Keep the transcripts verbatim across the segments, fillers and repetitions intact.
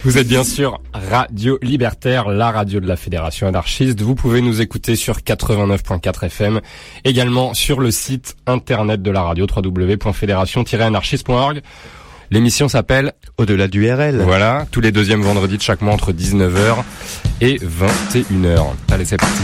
Vous êtes bien sûr Radio Libertaire, la radio de la Fédération anarchiste. Vous pouvez nous écouter sur quatre-vingt-neuf virgule quatre F M, également sur le site internet de la radio w w w point fédération tiret anarchiste point org. L'émission s'appelle Au-delà du R L. Voilà, tous les deuxièmes vendredis de chaque mois entre dix-neuf heures et vingt et une heures. Allez, c'est parti.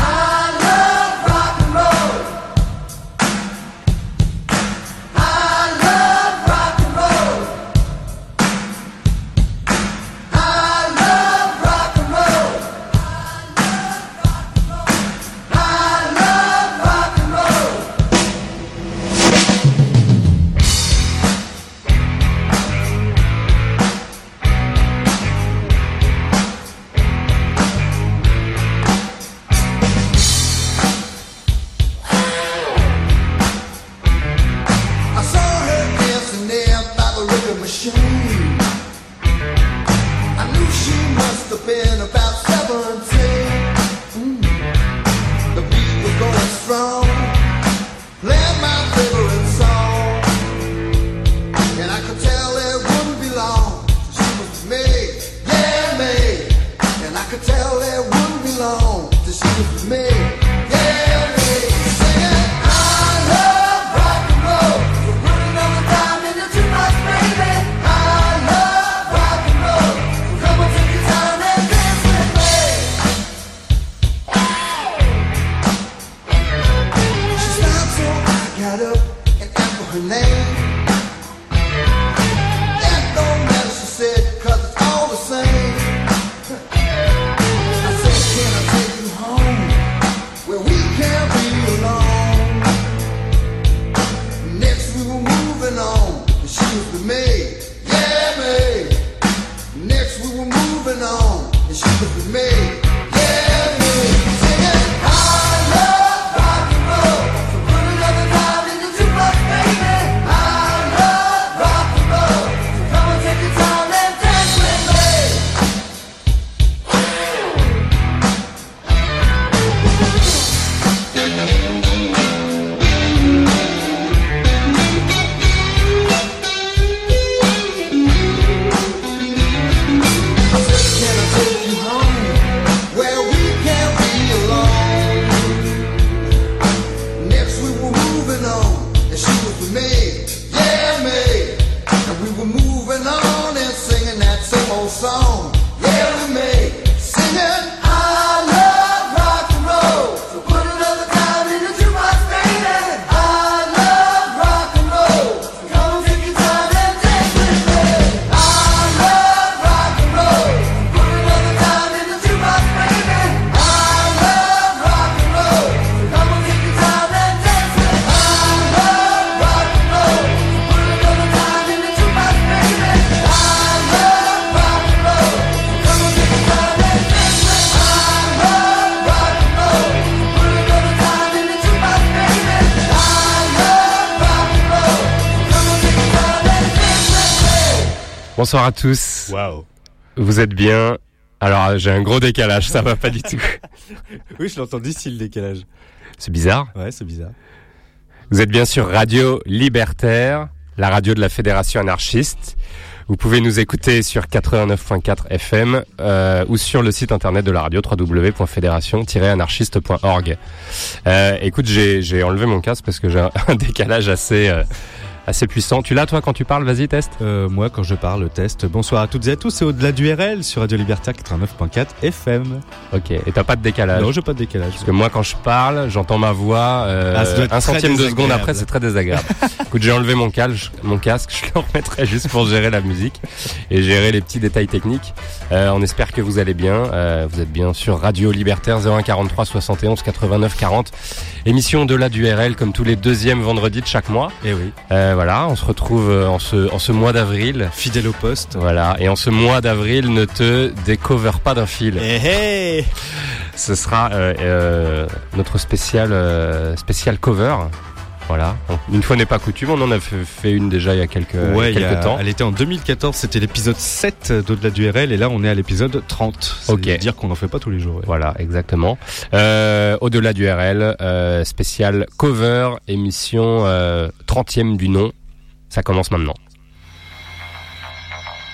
Bonsoir à tous. Waouh. Vous êtes bien. Alors, j'ai un gros décalage, ça va pas du tout. Oui, je l'entends d'ici le décalage. C'est bizarre. Ouais, c'est bizarre. Vous êtes bien sur Radio Libertaire, la radio de la Fédération anarchiste. Vous pouvez nous écouter sur quatre-vingt-neuf virgule quatre F M euh, ou sur le site internet de la radio w w w point fédération tiret anarchiste point org. Euh, écoute, j'ai, j'ai enlevé mon casque parce que j'ai un, un décalage assez... Euh, assez puissant. Tu l'as, toi, quand tu parles? Vas-y, teste. Euh, moi, quand je parle, teste. Bonsoir à toutes et à tous. C'est Au-delà du R L sur Radio Libertaire quatre-vingt-neuf virgule quatre F M. Ok. Et t'as pas de décalage? Non, j'ai pas de décalage. Parce que moi, quand je parle, j'entends ma voix euh, ah, un centième de seconde après, c'est très désagréable. Écoute, j'ai enlevé mon casque, mon casque, je le remettrai juste pour gérer la musique et gérer les petits détails techniques. Euh, on espère que vous allez bien. Euh, vous êtes bien sur Radio Libertaire zéro un quarante-trois soixante et onze quatre-vingt-neuf quarante. Émission Au-delà du R L comme tous les deuxièmes vendredis de chaque mois. Et oui. Euh, voilà, on se retrouve en ce en ce mois d'avril. Fidèle au poste. Voilà, et en ce mois d'avril, ne te décover pas d'un fil. Hey, hey. Ce sera euh, euh, notre spécial euh, spécial cover. Voilà. Une fois n'est pas coutume, on en a fait, fait une déjà il y a quelques, ouais, quelques il y a, temps. Elle était en deux mille quatorze, c'était l'épisode sept d'Au-delà du R L, et là on est à l'épisode trente. C'est okay. dire qu'on n'en fait pas tous les jours. Ouais. Voilà, exactement. Euh, Au-delà du R L, euh, spécial cover, émission euh, trentième du nom. Ça commence maintenant.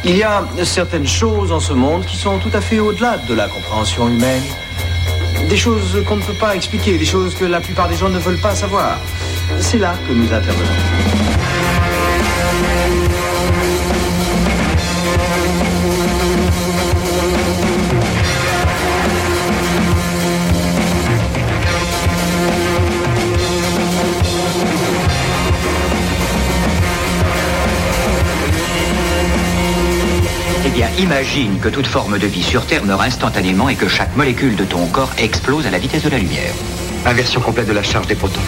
Il y a certaines choses en ce monde qui sont tout à fait au-delà de la compréhension humaine. Des choses qu'on ne peut pas expliquer, des choses que la plupart des gens ne veulent pas savoir. C'est là que nous intervenons. Eh bien, imagine que toute forme de vie sur Terre meurt instantanément et que chaque molécule de ton corps explose à la vitesse de la lumière. Inversion complète de la charge des protons.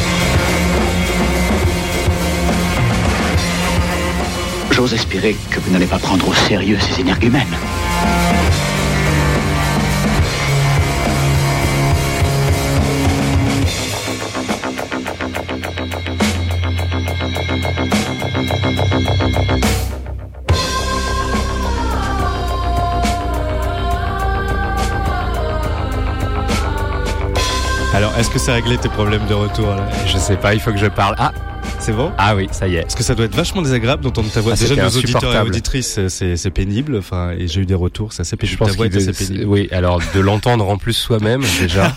J'ose espérer que vous n'allez pas prendre au sérieux ces énergumènes. Alors, est-ce que ça a réglé tes problèmes de retour là ? Je sais pas, il faut que je parle. Ah, c'est bon ? Ah oui, ça y est. Parce que ça doit être vachement désagréable d'entendre ta voix. Ah, déjà, c'était nos auditeurs et insupportable. auditrices, c'est, c'est pénible. Enfin, et j'ai eu des retours, c'est assez pénible. Je pense ta voix est qu'il assez est- pénible. Oui, alors de l'entendre en plus soi-même, déjà.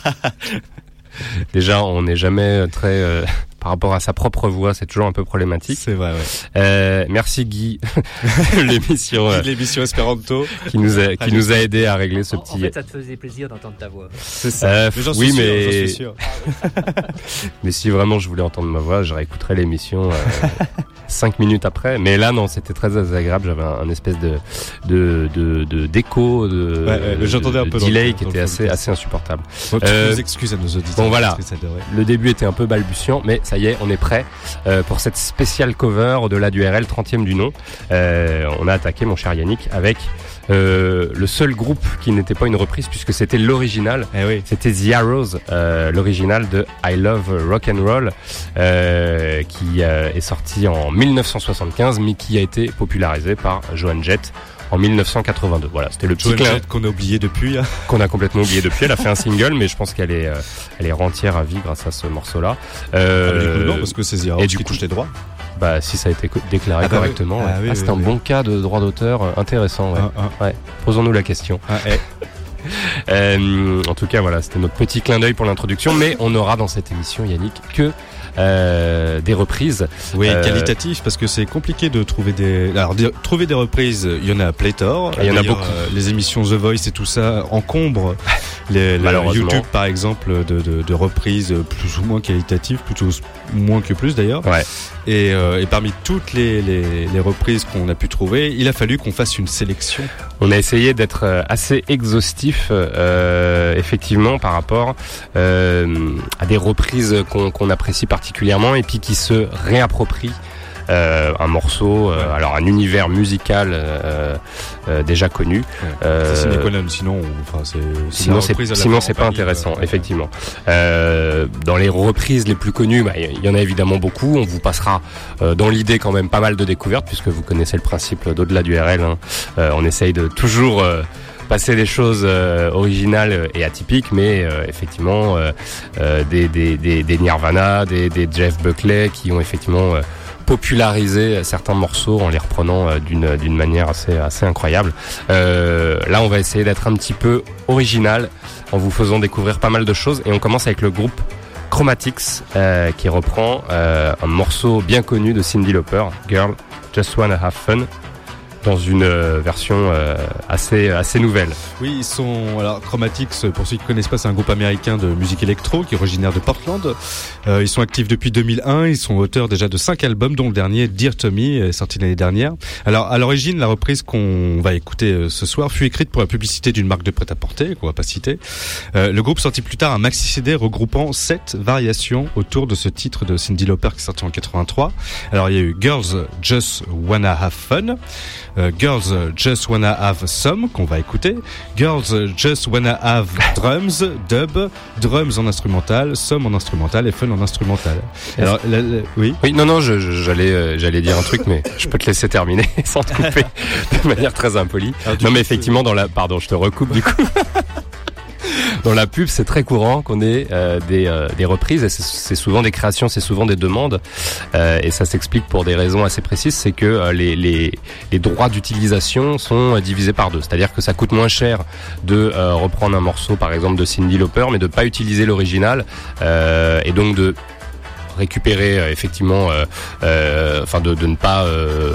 Déjà, on n'est jamais très... euh, par rapport à sa propre voix, c'est toujours un peu problématique. C'est vrai, ouais. Euh, merci Guy, l'émission euh, L'émission Esperanto. qui nous a qui Allez. nous a aidé à régler ce En, en petit. fait, ça te faisait plaisir d'entendre ta voix. C'est ça. Euh, Mais j'en suis oui, sûr, mais- j'en suis sûr. Mais si vraiment je voulais entendre ma voix, je réécouterais l'émission euh, cinq minutes après. Mais là, non, c'était très désagréable. J'avais un, un espèce de de de de- d'écho, de, Ouais, ouais, j'entendais un de peu dans le- delay dans qui le était assez podcast. assez insupportable. Bon, toutes Euh, nos excuses à nos auditeurs. bon, voilà. parce que ça devrait- Le début était un peu balbutiant, mais ça y est, on est prêt euh, pour cette spéciale cover au-delà du R L, trentième du nom. Euh, on a attaqué, mon cher Yannick, avec euh, le seul groupe qui n'était pas une reprise, puisque c'était l'original. Eh oui. C'était The Arrows, euh, l'original de I Love Rock and Roll, euh, qui euh, est sorti en mille neuf cent soixante-quinze, mais qui a été popularisé par Joan Jett en mille neuf cent quatre-vingt-deux. Voilà, c'était le petit Joan clin Jett qu'on a oublié depuis. hein. qu'on a complètement oublié depuis. Elle a fait un single, mais je pense qu'elle est, euh, elle est rentière à vie grâce à ce morceau-là. Euh, Ah, mais du coup, non, parce que c'est Zero et qui du coup- touche les droits. Bah, si ça a été co- déclaré Ah bah oui. correctement, ouais. Ah oui, Ah, c'est oui, un oui. bon cas de droit d'auteur euh, intéressant. Ouais. Un, un, Posons-nous la question. un, eh. Euh, en tout cas, voilà, c'était notre petit clin d'œil pour l'introduction, mais on aura dans cette émission, Yannick, que euh, des reprises. Oui, Euh, qualitatif, parce que c'est compliqué de trouver des. Alors, dire- trouver des reprises, il y en a à pléthore. Il y en a D'ailleurs, beaucoup. euh, les émissions The Voice et tout ça encombrent les, les Malheureusement. YouTube, par exemple, de, de, de reprises plus ou moins qualitatives, plutôt moins que plus d'ailleurs. Ouais. Et, euh, et parmi toutes les, les, les reprises qu'on a pu trouver, il a fallu qu'on fasse une sélection. On a essayé d'être euh, assez exhaustif, euh, effectivement, par rapport euh, à des reprises qu'on qu'on apprécie particulièrement et puis qui se réapproprient euh, un morceau, euh, Ouais. alors un univers musical euh, euh, déjà connu. Ouais. Euh, Ça, c'est Nicolas, sinon, enfin, c'est. c'est Sinon une c'est reprise à la sinon Florent c'est pas Pagny, intéressant, quoi. effectivement. Euh, dans les reprises les plus connues, bah, il y en a évidemment beaucoup. On vous passera euh, dans l'idée quand même pas mal de découvertes puisque vous connaissez le principe d'au-delà du R L. Hein. Euh, on essaye de toujours euh, passer des choses euh, originales et atypiques, mais euh, effectivement euh, euh, des, des, des, des Nirvana, des, des Jeff Buckley qui ont effectivement euh, populariser certains morceaux en les reprenant euh, d'une d'une manière assez assez incroyable. Euh, là, on va essayer d'être un petit peu original en vous faisant découvrir pas mal de choses et on commence avec le groupe Chromatics euh, qui reprend euh, un morceau bien connu de Cyndi Lauper, Girl, Just Wanna Have Fun, dans une euh, version euh, assez assez nouvelle. Oui, ils sont alors Chromatics, pour ceux qui ne connaissent pas, c'est un groupe américain de musique électro qui est originaire de Portland. Euh, ils sont actifs depuis deux mille un, ils sont auteurs déjà de cinq albums, dont le dernier Dear Tommy est sorti l'année dernière. Alors à l'origine, la reprise qu'on va écouter euh, ce soir fut écrite pour la publicité d'une marque de prêt-à-porter qu'on va pas citer. Euh, le groupe sortit plus tard un maxi C D regroupant sept variations autour de ce titre de Cyndi Lauper qui est sorti en quatre-vingt-trois. Alors il y a eu Girls Just Wanna Have Fun, euh, Girls Just Wanna Have Some qu'on va écouter, Girls Just Wanna Have Drums, Dub, Drums en instrumental, Some en instrumental et Fun en instrumental. Alors la- la- oui. Oui, non, non, je, je- j'allais, euh, j'allais dire un truc, mais je peux te laisser terminer sans te couper de manière très impolie. Alors, du Non, coup, mais effectivement, dans la, pardon, je te recoupe du coup. dans la pub, c'est très courant qu'on ait euh, des, euh, des reprises, et c'est, c'est souvent des créations, c'est souvent des demandes, euh, et ça s'explique pour des raisons assez précises, c'est que euh, les, les, les droits d'utilisation sont euh, divisés par deux. C'est-à-dire que ça coûte moins cher de euh, reprendre un morceau, par exemple, de Cyndi Lauper, mais de pas utiliser l'original, euh, et donc de récupérer euh, effectivement, euh, euh, enfin de, de ne pas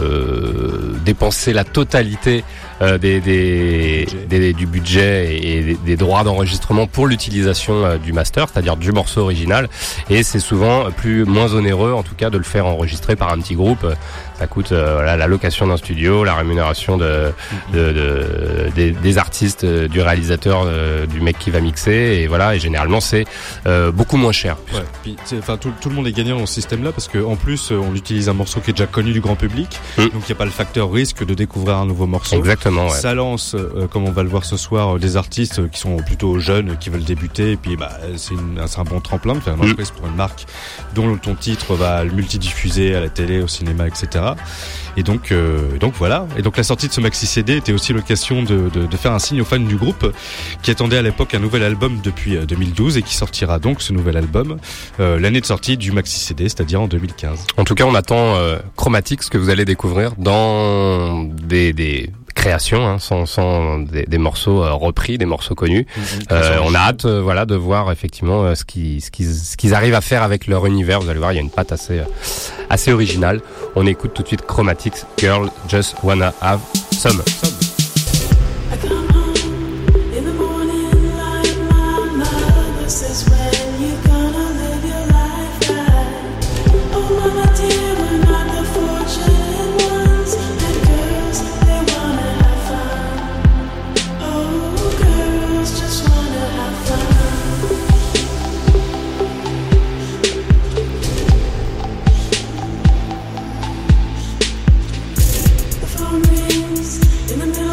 euh, dépenser la totalité euh, des, des, des, du budget et des, des droits d'enregistrement pour l'utilisation euh, du master, c'est-à-dire du morceau original. Et c'est souvent plus moins onéreux, en tout cas, de le faire enregistrer par un petit groupe. Ça coûte euh, voilà, la location d'un studio, la rémunération de, de, de des, des artistes, euh, du réalisateur, euh, du mec qui va mixer, et voilà. Et généralement, c'est euh, beaucoup moins cher. Ouais, puis enfin tout, tout le monde est gagnant dans ce système-là parce que en plus, on utilise un morceau qui est déjà connu du grand public, mmh. donc il n'y a pas le facteur risque de découvrir un nouveau morceau. Exactement. Ouais. Ça lance, euh, comme on va le voir ce soir, euh, des artistes qui sont plutôt jeunes, qui veulent débuter, et puis bah c'est, une, c'est un bon tremplin de faire une entreprise mmh. pour une marque dont ton titre va le multidiffuser à la télé, au cinéma, et cetera. Et donc, euh, donc voilà. Et donc la sortie de ce maxi C D était aussi l'occasion de, de, de faire un signe aux fans du groupe qui attendaient à l'époque un nouvel album depuis deux mille douze et qui sortira donc ce nouvel album euh, l'année de sortie du maxi C D, c'est-à-dire en deux mille quinze. En tout cas, on attend euh, Chromatics, que vous allez découvrir dans des, des créations, hein, sans, sans des, des morceaux euh, repris, des morceaux connus. Mmh, euh, on a hâte, euh, voilà, de voir effectivement euh, ce qu'ils, ce qu'ils, ce qu'ils arrivent à faire avec leur univers. Vous allez voir, il y a une patte assez, euh, assez originale. On écoute tout de suite Chromatics, Girl Just Wanna Have Some. some. In the middle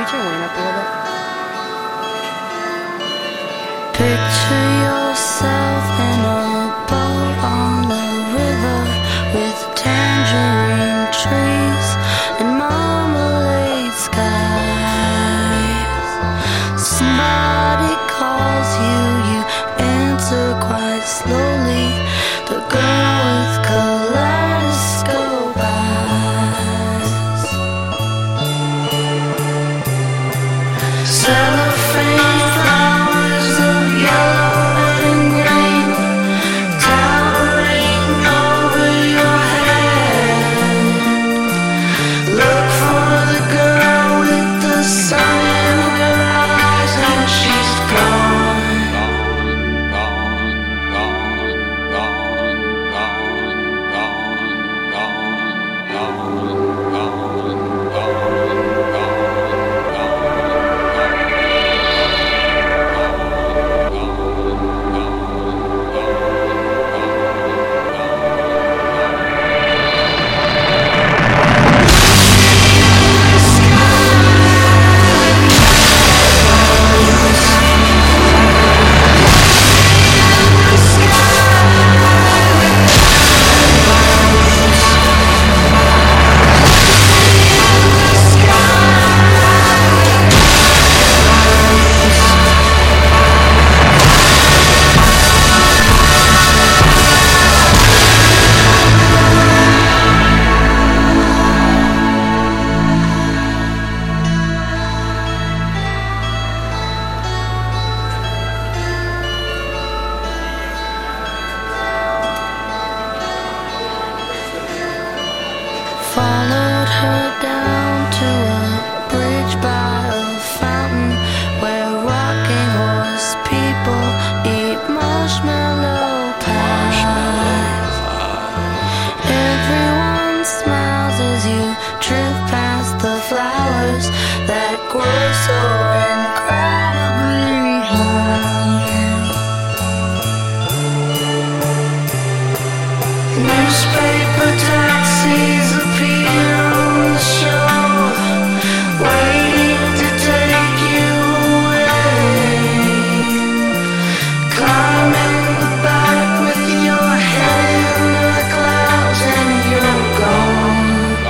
turn your volume up a little bit. Picture yourself in a boat on the river with tangerine trees and marmalade skies. Somebody calls you, you answer quite slowly. The girl with kaleidoscope eyes. Cellophane flowers of yellow and green towering over your head. Look for the girl with the sun in her eyes and she's gone. Followed her down to a bridge by a fountain where rocking horse people eat marshmallow pies. Everyone smiles as you drift past the flowers that grow so incredibly high. Newspaper taxis appear on the shore, waiting to take you away. Climb in the back with your head in the clouds and you're gone.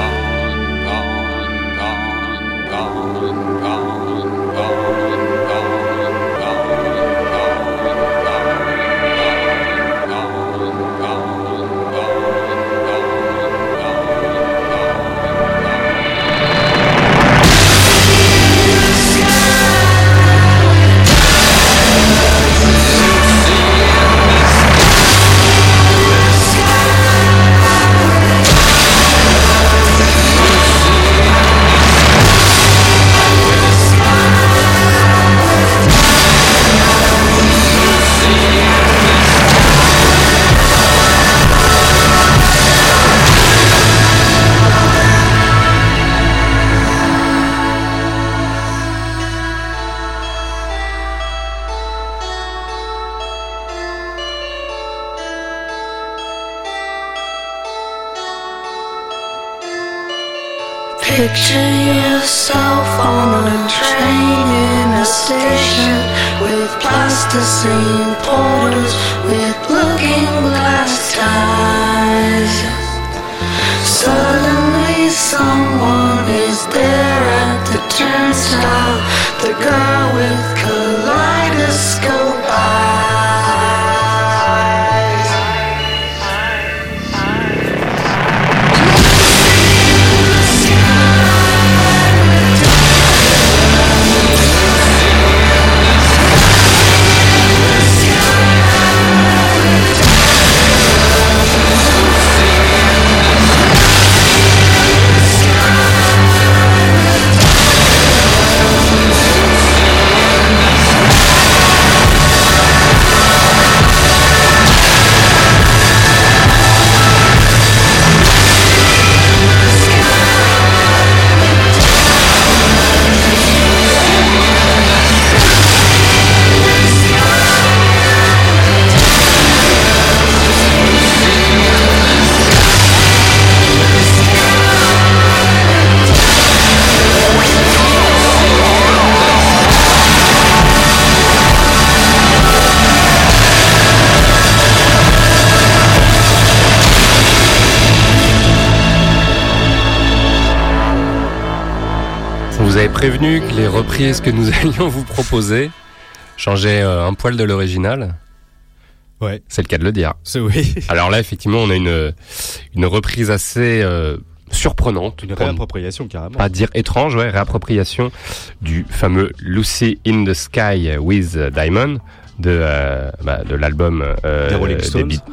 Picture yourself on a train in a station with plasticine porters with looking glass ties. Suddenly someone is there at the turnstile, the girl with kaleidoscope eyes. prévenu que les reprises que nous allions vous proposer changeaient euh, un poil de l'original. Ouais. C'est le cas de le dire. C'est oui. Alors là, effectivement, on a une, une reprise assez euh, surprenante. Une réappropriation, carrément. Pas dire étrange, ouais, réappropriation du fameux Lucy in the Sky with Diamond de, euh, bah, de l'album euh, des Rolling Stones. Des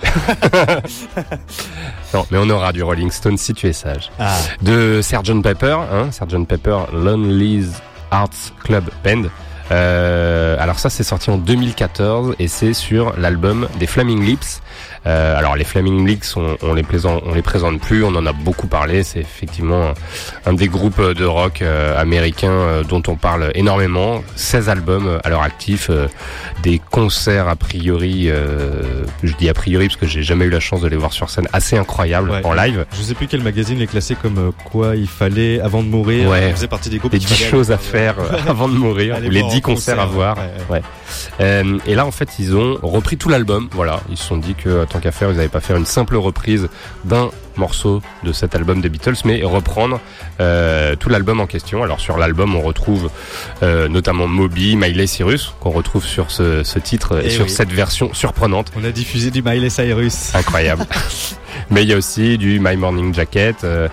non, mais on aura du Rolling Stones si tu es sage. Ah. De sergeant Pepper, hein, sergeant Pepper Lonely Hearts Club Band. Euh, alors ça c'est sorti en deux mille quatorze et c'est sur l'album des Flaming Lips. Euh, alors les Flaming Lips on, on les présente, on les présente plus, on en a beaucoup parlé. C'est effectivement un, un des groupes de rock euh, américains euh, dont on parle énormément. seize albums euh, à leur actif, euh, des concerts a priori, euh, je dis a priori parce que j'ai jamais eu la chance de les voir sur scène, assez incroyables ouais. en live. Je sais plus quel magazine les classait comme euh, quoi il fallait avant de mourir. Ouais. On faisait partie des groupes. Des dix choses à faire euh, avant de mourir, ou les dix concerts à voir. Ouais, ouais. Ouais. Euh, et là en fait ils ont repris tout l'album. Voilà, ils se sont dit que tant qu'à faire, ils n'avaient pas faire une simple reprise d'un morceau de cet album des Beatles, mais reprendre euh, tout l'album en question. Alors sur l'album, on retrouve euh, notamment Moby, Miley Cyrus, qu'on retrouve sur ce, ce titre et, et sur oui. cette version surprenante. On a diffusé du Miley Cyrus. Incroyable. Mais il y a aussi du My Morning Jacket, euh,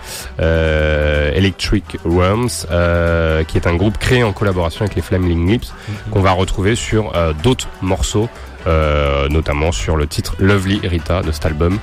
euh, Electric Worms, euh, qui est un groupe créé en collaboration avec les Flaming Lips, mm-hmm. qu'on va retrouver sur euh, d'autres morceaux. Euh, notamment sur le titre Lovely Rita de cet album,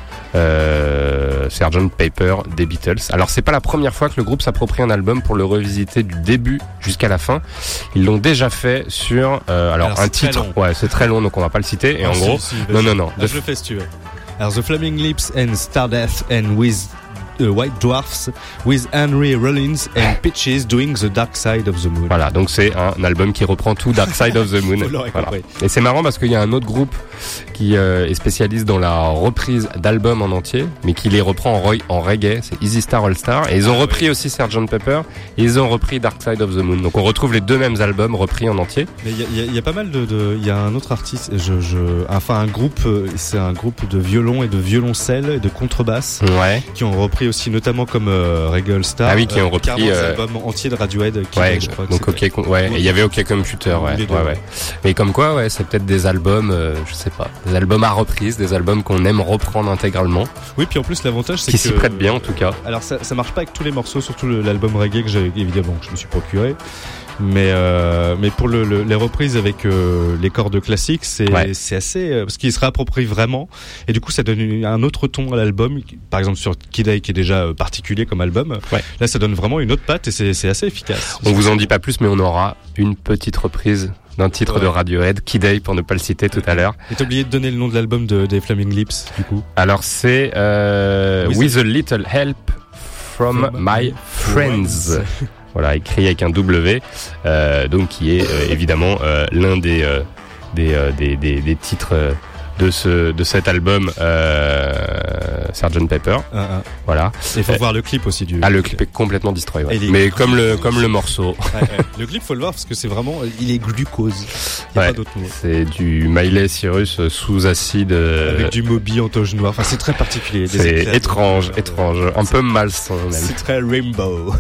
euh, sergeant Pepper des Beatles. Alors c'est pas la première fois que le groupe s'approprie un album pour le revisiter du début jusqu'à la fin. Ils l'ont déjà fait sur euh, alors, alors un titre, ouais c'est très long donc on va pas le citer. Et ah, en si, gros, si, non non non. Là, je le fais si tu veux. Alors The Flaming Lips and Stardust and with Uh, White Dwarfs with Henry Rollins and Peaches doing the Dark Side of the Moon. Voilà, donc c'est un album qui reprend tout Dark Side of the Moon. Voilà. Et c'est marrant parce qu'il y a un autre groupe qui euh, est spécialiste dans la reprise d'albums en entier, mais qui les reprend en, re- en reggae, c'est Easy Star All Star. Et ils ont ah, repris oui. aussi sergeant Pepper, et ils ont repris Dark Side of the Moon. Donc on retrouve les deux mêmes albums repris en entier. Mais il y, y, y a pas mal de, il y a un autre artiste, je, je, enfin un groupe, c'est un groupe de violon et de violoncelle et de contrebasse, ouais. qui ont repris aussi notamment comme euh, Reggae All Star. Ah oui, qui ont repris euh, l'album entier de Radiohead. Qui ouais, je crois donc OK, ouais, et il y avait OK Computer, ouais, ouais, ouais. Mais comme quoi, ouais, c'est peut-être des albums, euh, je sais pas, des albums à reprise, des albums qu'on aime reprendre intégralement. Oui, puis en plus l'avantage c'est qui que s'y prête bien en tout cas. Alors ça, ça marche pas avec tous les morceaux, surtout le, l'album reggae que j'ai évidemment que je me suis procuré. Mais euh, mais pour le, le, les reprises avec euh, les cordes classiques, c'est ouais. c'est assez euh, parce qu'ils se réapproprient vraiment et du coup ça donne une, un autre ton à l'album. Par exemple sur Kid A qui est déjà euh, particulier comme album, ouais. là ça donne vraiment une autre patte et c'est c'est assez efficace. On vous en dit pas plus, mais on aura une petite reprise d'un titre ouais. de Radiohead, Kid A pour ne pas le citer tout à l'heure. Et t'as oublié de donner le nom de l'album de, des Flaming Lips du coup. Alors c'est euh, With, With a Little Help from, from My Friends. Voilà, écrit avec un W, euh, donc qui est euh, évidemment euh, l'un des, euh, des, euh, des, des des titres euh, de ce de cet album euh, sergeant Pepper. Uh, uh. Voilà. Il faut euh, voir le clip aussi du. Ah, le clip est complètement destroy. Ouais. Mais comme le comme le morceau. Ouais, ouais. Le clip faut le voir parce que c'est vraiment il est glucose. Il y a ouais, pas d'autre mot. C'est du Miley Cyrus sous acide. Euh... Avec du Moby en toge noire. Enfin c'est très particulier. C'est étrange, de... étrange, un peu malsain même. C'est très rainbow.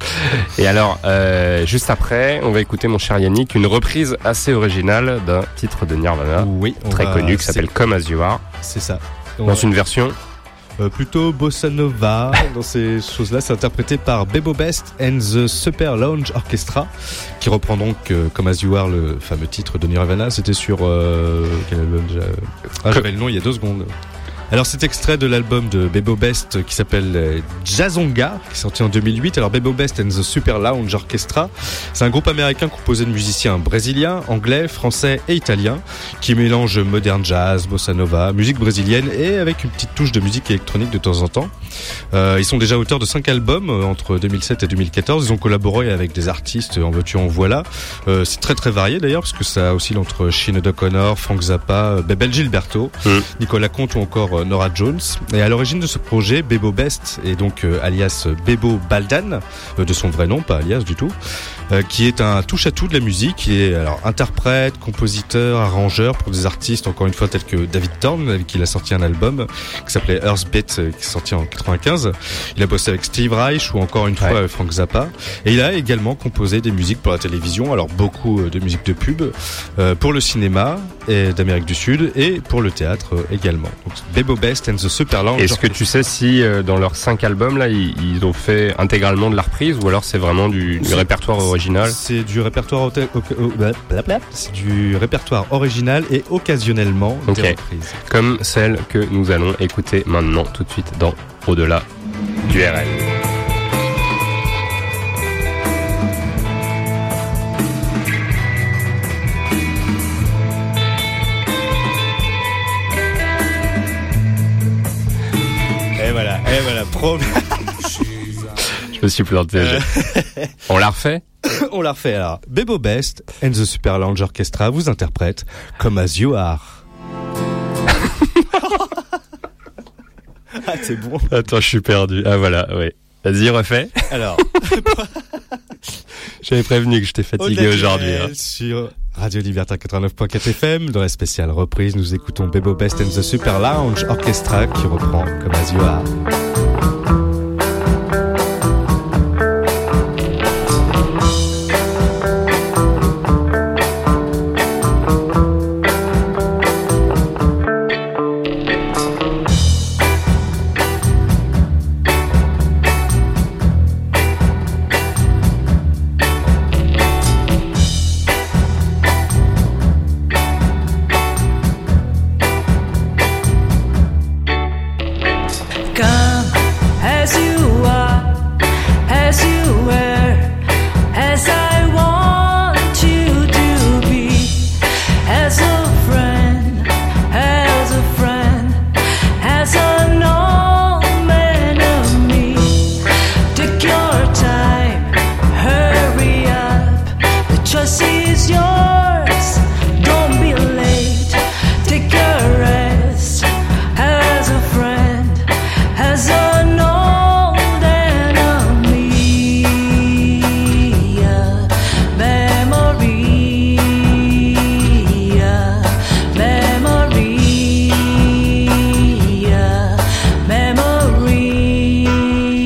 Et alors euh, juste après, on va écouter mon cher Yannick une reprise assez originale d'un titre de Nirvana, oui, très va... connu qui s'appelle Come As You Are. C'est ça. On dans va... une version Euh, plutôt bossa nova dans ces choses-là, c'est interprété par Bebo Best and the Super Lounge Orchestra, qui reprend donc euh, Come As You Are, le fameux titre de Nirvana. C'était sur euh, quel album déjà ah, j'avais le nom il y a deux secondes. Alors cet extrait de l'album de Bebo Best qui s'appelle Jazzonga, qui est sorti en deux mille huit. Alors Bebo Best and the Super Lounge Orchestra, c'est un groupe américain composé de musiciens brésiliens, anglais, français et italiens, qui mélange modern jazz, bossa nova, musique brésilienne et avec une petite touche de musique électronique de temps en temps. Euh, ils sont déjà auteurs de cinq albums euh, entre deux mille sept et deux mille quatorze. Ils ont collaboré avec des artistes en veux-tu en voilà. Euh, c'est très très varié d'ailleurs parce que ça oscille entre Sinéad O'Connor, Frank Zappa, Bebel Gilberto, mmh. Nicolas Conte ou encore euh, Nora Jones. Et à l'origine de ce projet, Bebo Best est donc euh, alias Bebo Baldan, euh, de son vrai nom, pas alias du tout, euh, qui est un touche-à-tout de la musique, qui est alors interprète, compositeur, arrangeur pour des artistes encore une fois tels que David Thorne, avec qui il a sorti un album qui s'appelait Earthbeat, euh, qui est sorti en quatre-vingt-dix-neuf. quatre-vingt-quinze. Il a bossé avec Steve Reich ou encore une fois Ouais. avec Frank Zappa. Et il a également composé des musiques pour la télévision, alors beaucoup de musiques de pub, euh, pour le cinéma et d'Amérique du Sud et pour le théâtre euh, également. Donc, Bebo Best and the Super Lounge. Est-ce que tu sais si euh, dans leurs cinq albums là, ils, ils ont fait intégralement de la reprise ou alors c'est vraiment du, du C'est- répertoire original? C'est du répertoire au- au- au- blablabla. C'est du répertoire original et occasionnellement Ok. des reprises. Comme celle que nous allons écouter maintenant tout de suite dans Au-delà du R L. Et voilà, et voilà, promis. Je me suis planté. Euh. On l'a refait? On l'a refait alors. Bebo Best and the Super Lounge Orchestra vous interprète Come As You Are. Ah, c'est bon. Attends, je suis perdu. Ah voilà, oui. Vas-y, refais. Alors, J'avais prévenu que j'étais fatigué au-delà du aujourd'hui. réel, hein. sur Radio Libertaire quatre-vingt-neuf point quatre F M, dans la spéciale reprise, nous écoutons Bebo Best and the Super Lounge Orchestra qui reprend Come As You Are. Come as you are, as you were, as I want you to be, as a friend, as a friend, as an old man of me. Take your time, hurry up, the choice is yours, don't be late, take a rest, as a friend, as an old enemy, a memory, a memory, a memory.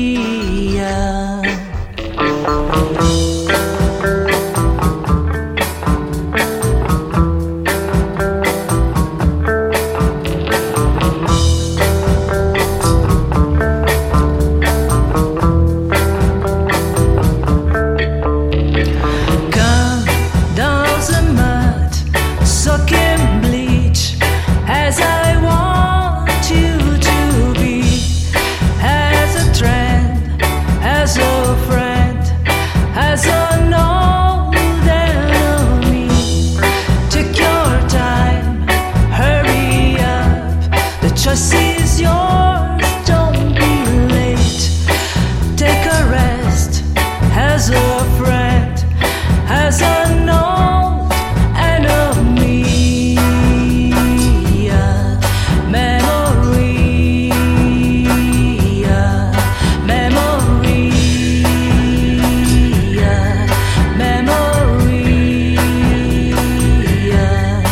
Come down the mud, soak in bleach, as I want you to be, as a trend, as a friend, as an old enemy. Take your time, hurry up, the choice is yours, don't be late. Take a rest, as a friend, as an old enemy, a memory, a memory, a memory, a-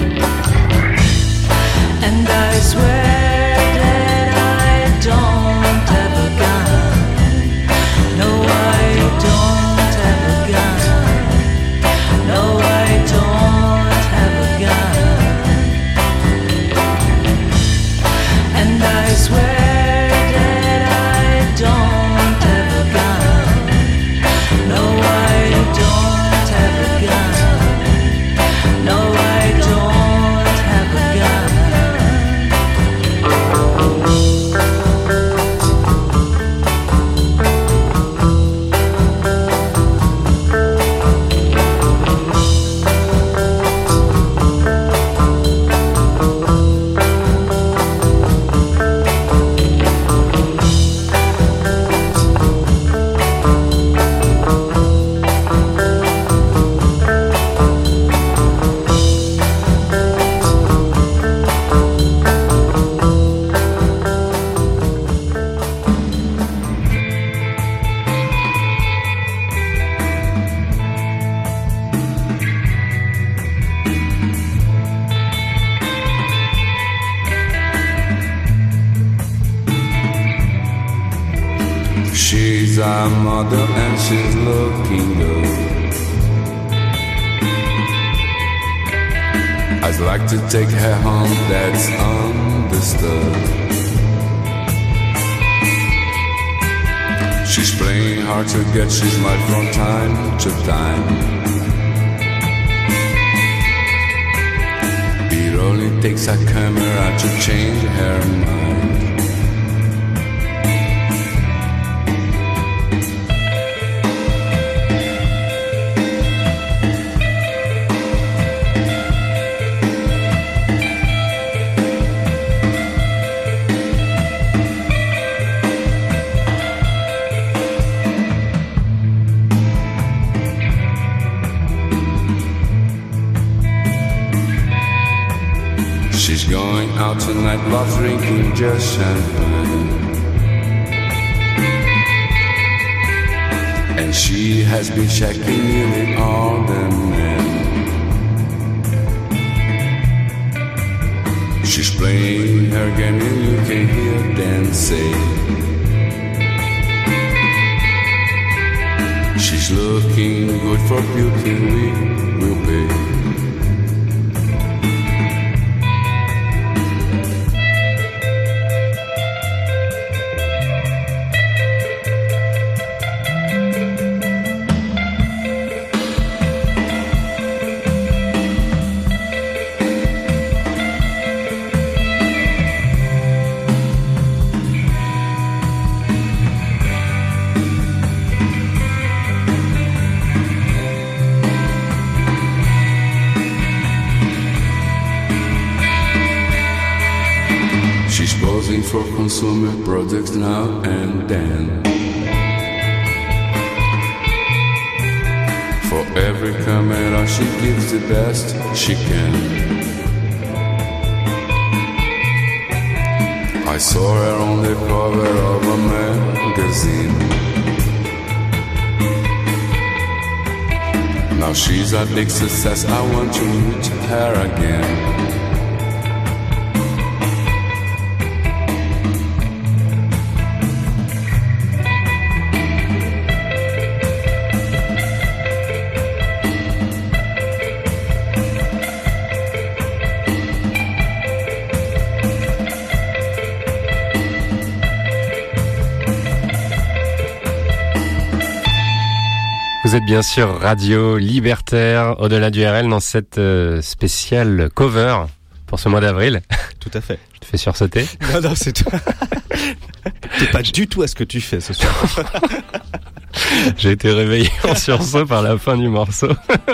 and I swear that I don't have a gun. No, I don't have a gun. No, I don't have a gun. And I swear that I don't have a gun. No, I don't have a gun. No, I don't have a gun. She's a model and she's looking good. I'd like to take her home, that's understood. She's playing hard to get, she's smiled from time to time. It only takes a camera to change her mind. She's going out tonight, love drinking just champagne. And she has been checking nearly all the men. She's playing her game and you can hear them say, she's looking good for beauty, we will pay. For consumer products now and then. For every camera she gives the best she can. I saw her on the cover of a magazine. Now she's a big success, I want to meet her again. Vous êtes bien sûr Radio Libertaire, au-delà du R L, dans cette euh, spéciale cover pour ce mois d'avril. Tout à fait. Je te fais sursauter. Non, non, c'est toi. T'es pas du tout à ce que tu fais ce soir. J'ai été réveillé en sursaut par la fin du morceau.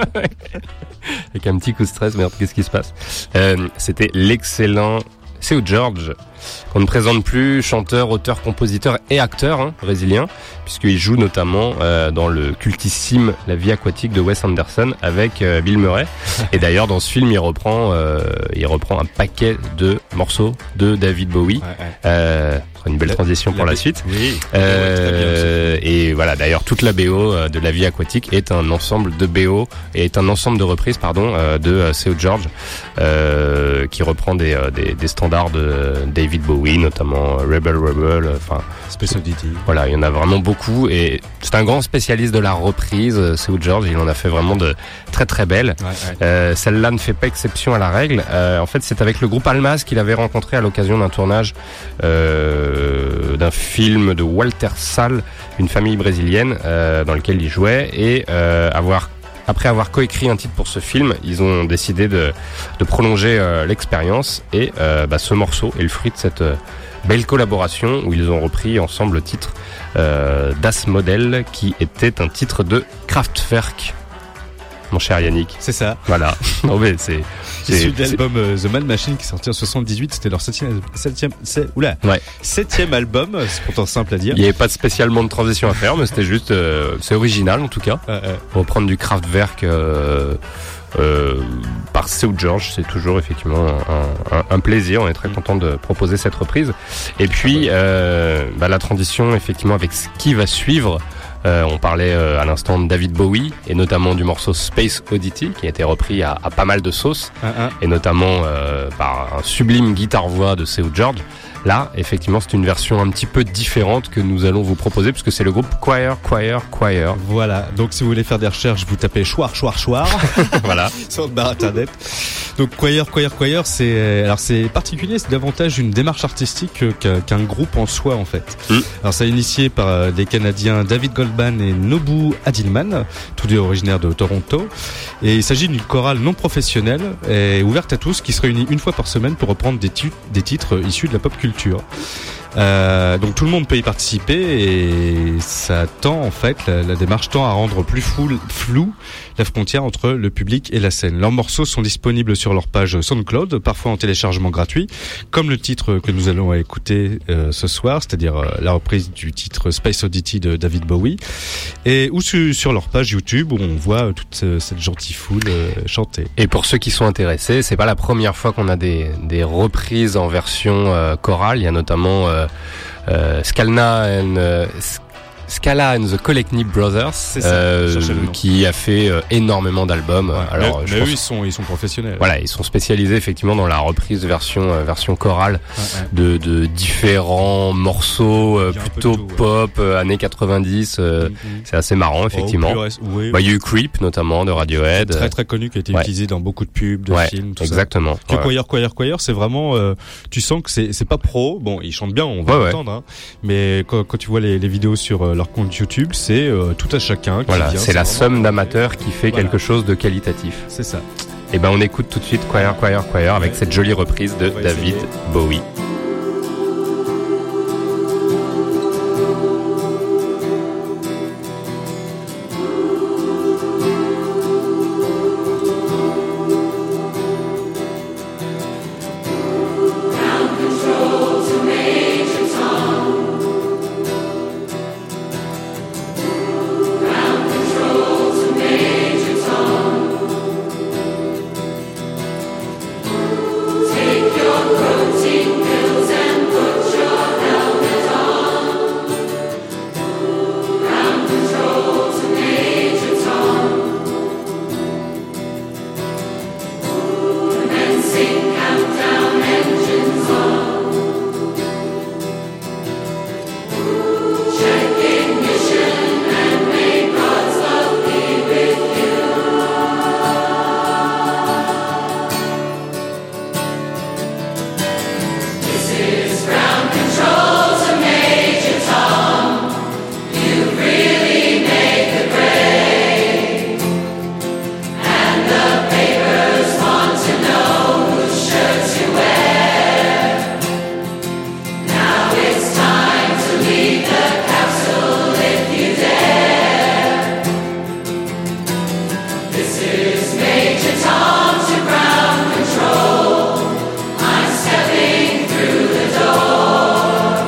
Avec un petit coup de stress, merde, qu'est-ce qui se passe? euh, C'était l'excellent Seu Jorge, qu'on ne présente plus, chanteur, auteur, compositeur et acteur hein, brésilien, puisqu'il joue notamment euh, dans le cultissime La vie aquatique de Wes Anderson avec euh, Bill Murray. Et d'ailleurs, dans ce film, il reprend, euh, il reprend un paquet de morceaux de David Bowie. Ouais, ouais. Euh, une belle la, transition la pour B... la suite. Oui. Euh, et voilà, d'ailleurs, toute la B O de La vie aquatique est un ensemble de B O et est un ensemble de reprises, pardon, de euh, Seu Jorge, euh, qui reprend des, des, des standards de David Bowie, notamment Rebel Rebel, enfin Space Oddity. Voilà, il y en a vraiment beaucoup et c'est un grand spécialiste de la reprise. Seu Jorge, il en a fait vraiment de très très belles. Ouais, ouais. Euh, celle-là ne fait pas exception à la règle. Euh, en fait, c'est avec le groupe Almas qu'il avait rencontré à l'occasion d'un tournage euh, d'un film de Walter Sall, une famille brésilienne, euh, dans lequel il jouait et euh, avoir Après avoir coécrit un titre pour ce film, ils ont décidé de, de prolonger euh, l'expérience et euh, bah, ce morceau est le fruit de cette euh, belle collaboration où ils ont repris ensemble le titre euh, Das Modell qui était un titre de Kraftwerk. Mon cher Yannick. C'est ça. Voilà. Non mais c'est... C'est issu de l'album euh, The Mad Machine qui est sorti en soixante-dix-huit, c'était leur septième, septième, c'est, oula, ouais. septième album, c'est pourtant simple à dire. Il n'y avait pas de spécialement de transition à faire, mais c'était juste, euh, c'est original en tout cas. Euh, euh. Reprendre du Kraftwerk euh, euh, par Seu Jorge, c'est toujours effectivement un, un, un plaisir. On est très content de proposer cette reprise. Et puis euh, bah, la transition effectivement avec ce qui va suivre. Euh, on parlait euh, à l'instant de David Bowie et notamment du morceau Space Oddity qui a été repris à, à pas mal de sauces uh-huh. et notamment euh, par un sublime guitare-voix de Seu Jorge. Là, effectivement, c'est une version un petit peu différente que nous allons vous proposer puisque c'est le groupe Choir, Choir, Choir. Voilà, donc si vous voulez faire des recherches, vous tapez Choir, Choir, Choir Voilà. sur le bar internet. Donc Choir, Choir, Choir, c'est alors c'est particulier, c'est davantage une démarche artistique qu'un, qu'un groupe en soi en fait. Mm. Alors ça a initié par des Canadiens David Goldman et Nobu Adilman, tous deux originaires de Toronto, et il s'agit d'une chorale non professionnelle et ouverte à tous qui se réunit une fois par semaine pour reprendre des, tu- des titres issus de la pop culture. Euh, donc tout le monde peut y participer et ça tend en fait, la, la démarche tend à rendre plus flou, flou la frontière entre le public et la scène. Leurs morceaux sont disponibles sur leur page SoundCloud, parfois en téléchargement gratuit, comme le titre que nous allons écouter euh, ce soir, c'est-à-dire euh, la reprise du titre Space Oddity de David Bowie, et ou su, sur leur page YouTube où on voit toute euh, cette gentille foule euh, chanter. Et pour ceux qui sont intéressés, c'est pas la première fois qu'on a des, des reprises en version euh, chorale. Il y a notamment euh, euh, Scalna and euh, Scala and the Collective Brothers, c'est ça, euh, qui a fait euh, énormément d'albums. Ouais, Alors, mais, je mais pense... eux, ils sont, ils sont professionnels. Voilà, ils sont spécialisés effectivement dans la reprise version euh, version chorale ouais, ouais. de de différents morceaux euh, plutôt tout, pop ouais. euh, années quatre-vingt-dix. Euh, mm-hmm. C'est assez marrant effectivement. Oh, reste, oui, bah, il y a eu Creep notamment de Radiohead, très très connu, qui a été ouais. utilisé dans beaucoup de pubs, de ouais, films, tout exactement. ça. Que Choir, Choir, Choir, c'est vraiment, euh, tu sens que c'est c'est pas pro. Bon, ils chantent bien, on va ouais, l'entendre, ouais. hein, mais quand, quand tu vois les, les vidéos sur euh, leur compte YouTube, c'est euh, tout à chacun. Qui voilà, vient, c'est, c'est la somme d'amateurs qui fait voilà. quelque chose de qualitatif. C'est ça. Et ben on écoute tout de suite Choir, Choir, Choir avec ouais. cette jolie reprise de David essayer. Bowie. Door.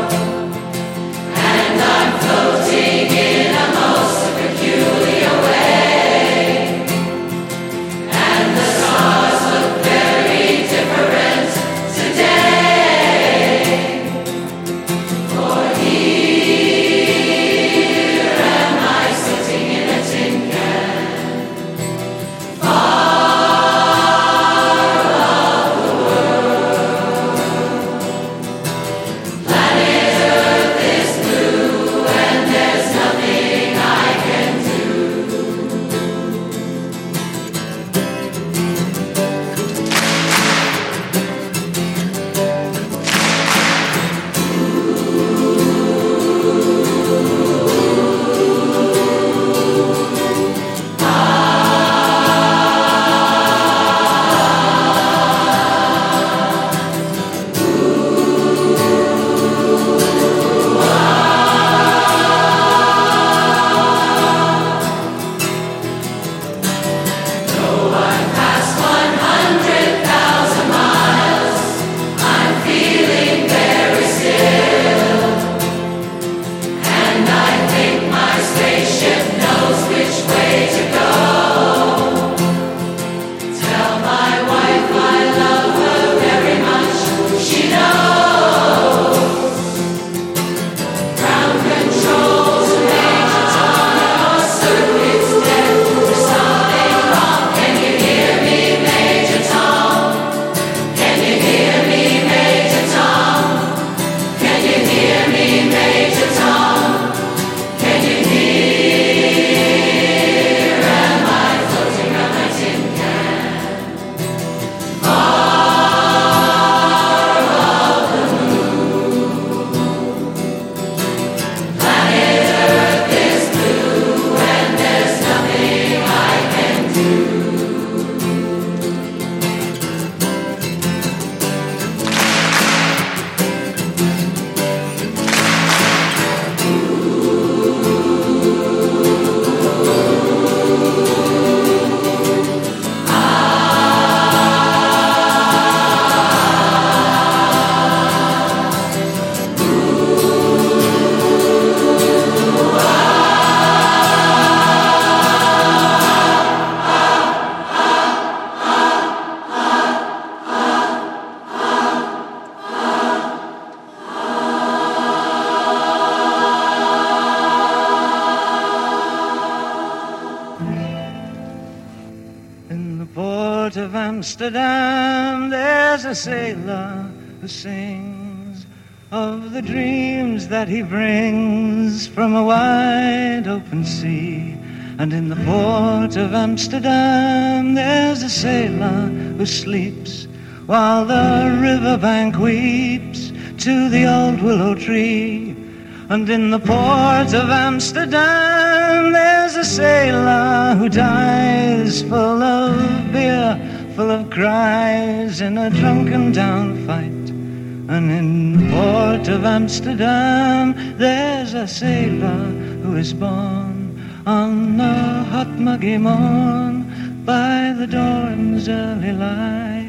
Amsterdam, there's a sailor who sings of the dreams that he brings from a wide open sea. And in the port of Amsterdam, there's a sailor who sleeps while the riverbank weeps to the old willow tree. And in the port of Amsterdam, there's a sailor who dies full of beer, full of cries in a drunken down fight. And in the port of Amsterdam, there's a sailor who is born on a hot muggy morn by the dawn's early light.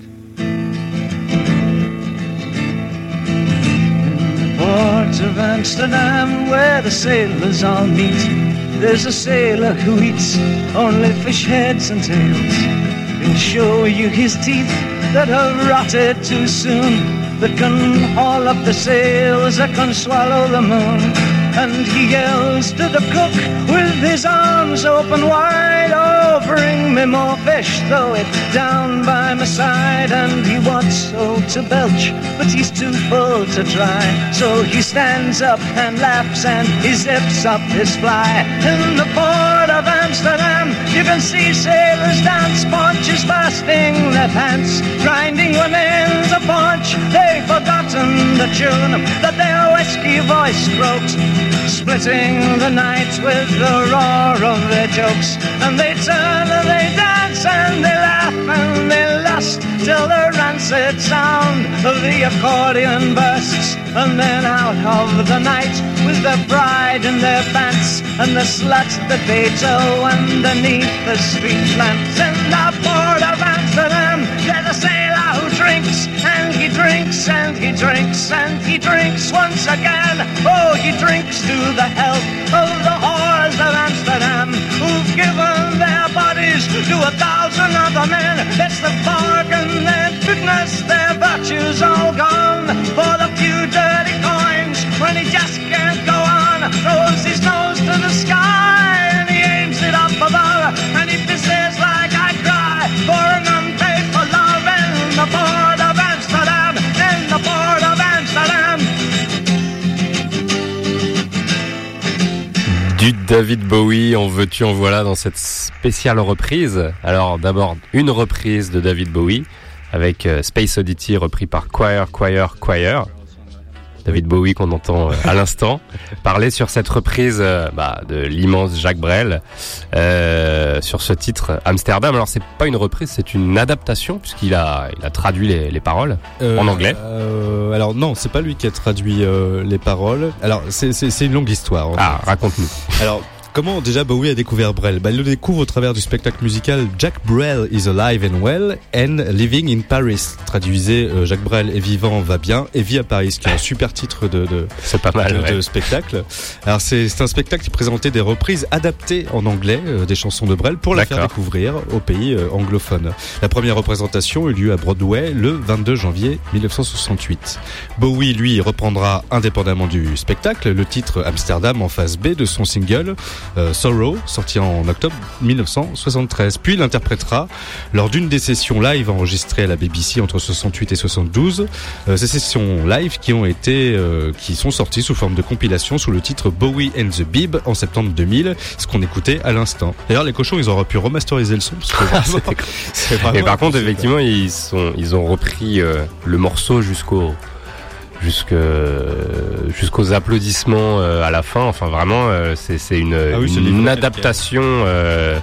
In the port of Amsterdam, where the sailors all meet, there's a sailor who eats only fish heads and tails. He'll show you his teeth that have rotted too soon, that can haul up the sails, that can swallow the moon. And he yells to the cook with his arms open wide, oh, bring me more fish, throw it down by my side. And he wants so to belch, but he's too full to try. So he stands up and laughs and he zips up his fly. In the port of Amsterdam, you can see sailors dance, paunches basting their pants, grinding women's a paunch. They've forgotten the tune that their whiskey voice croaks, splitting the night with the roar of their jokes. And they turn and they dance and they laugh and they lust till the rancid sound of the accordion bursts. And then out of the night with the bride in their pants and the slut that they tow underneath the street lamps. In the port of Amsterdam, there's a sailor who drinks and he drinks and he drinks and he drinks once again. Oh, he drinks to the health of the whores of Amsterdam, who've given their bodies to a thousand other men. It's the bargain, their goodness, their virtues all gone for the few dirty coins. When he just can't go on, throws his nose to the sky and he aims it up above, and he pisses like I cry for an unpaid for love. In the port of Amsterdam, in the port of Amsterdam. Du David Bowie, en veux-tu, en voilà dans cette spéciale reprise. Alors d'abord une reprise de David Bowie avec Space Oddity repris par Choir, Choir, Choir. David Bowie qu'on entend à l'instant parler sur cette reprise euh, bah, de l'immense Jacques Brel euh, sur ce titre Amsterdam. Alors c'est pas une reprise, c'est une adaptation puisqu'il a il a traduit les, les paroles euh, en anglais. Euh, alors non, c'est pas lui qui a traduit euh, les paroles. Alors c'est c'est c'est une longue histoire. Ah, fait. Raconte-nous. Alors comment déjà Bowie a découvert Brel? Bah, il le découvre au travers du spectacle musical Jack Brel is alive and well and living in Paris. Traduisez euh, Jacques Brel est vivant, va bien et vit à Paris, qui est un super titre de de, c'est pas mal, de, ouais. de spectacle. Alors c'est c'est un spectacle qui présentait des reprises adaptées en anglais euh, des chansons de Brel pour la D'accord. faire découvrir au pays euh, anglophone. La première représentation eut lieu à Broadway le vingt-deux janvier mille neuf cent soixante-huit. Bowie lui reprendra indépendamment du spectacle le titre Amsterdam en face B de son single Euh, Sorrow, sorti en octobre mille neuf cent soixante-treize. Puis il interprétera lors d'une des sessions live enregistrées à la B B C entre soixante-huit et soixante-douze, euh, ces sessions live qui ont été, euh, qui sont sorties sous forme de compilation sous le titre Bowie and the Bib en septembre deux mille, ce qu'on écoutait à l'instant. D'ailleurs, les cochons, ils auraient pu remasteriser le son. Parce que vraiment, c'est vraiment et par contre, effectivement, ils sont, ils ont repris euh, le morceau jusqu'au Jusque, jusqu'aux applaudissements euh, à la fin. Enfin vraiment euh, c'est, c'est une, ah oui, une, une adaptation euh,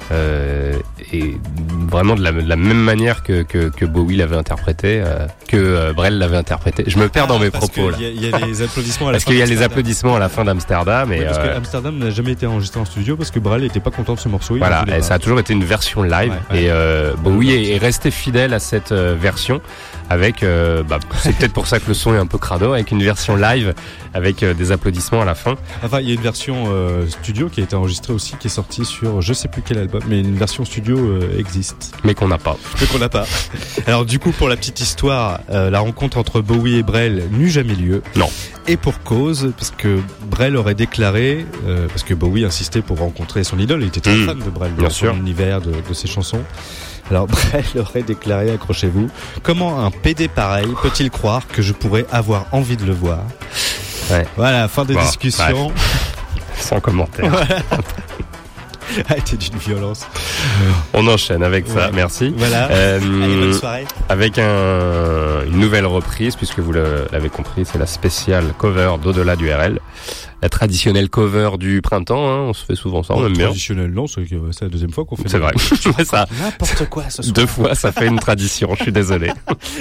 euh, et vraiment de la, de la même manière que, que, que Bowie l'avait interprété, euh, que euh, Brel l'avait interprété. Je me perds ah, dans mes propos là. Il y a les applaudissements à la parce fin. qu'il y a les applaudissements à la fin d'Amsterdam. Et oui, parce euh, que Amsterdam n'a jamais été enregistré en studio parce que Brel n'était pas content de ce morceau. Voilà, et ça a toujours été une version live. Ouais, ouais. Et euh, Bowie est, est resté fidèle à cette euh, version. Avec, euh, bah, c'est peut-être pour ça que le son est un peu crado, avec une version live, avec euh, des applaudissements à la fin. Enfin, il y a une version euh, studio qui a été enregistrée aussi, qui est sortie sur je sais plus quel album, mais une version studio euh, existe. Mais qu'on n'a pas. Mais qu'on n'a pas. Alors du coup, pour la petite histoire, euh, la rencontre entre Bowie et Brel n'eut jamais lieu. Non. Et pour cause, parce que Brel aurait déclaré, euh, parce que Bowie insistait pour rencontrer son idole, il était très mmh. fan de Brel, de son univers, de, de ses chansons. Alors Brel aurait déclaré, accrochez-vous, comment un P D pareil peut-il croire que je pourrais avoir envie de le voir? Ouais. Voilà, fin de Bon, discussion. Bref. Sans commentaire. Voilà. Ah, t'es d'une violence. On enchaîne avec ça, ouais. merci. Voilà. Euh, Allez, bonne soirée. Avec un, une nouvelle reprise, puisque vous le, l'avez compris, c'est la spéciale cover d'Au-delà du R L. La traditionnelle cover du printemps, hein, on se fait souvent ça, on aime bien. Traditionnel, non, c'est, c'est la deuxième fois qu'on fait. C'est vrai. ça, n'importe quoi ce soir. Deux fois, ça fait une tradition, je suis désolé.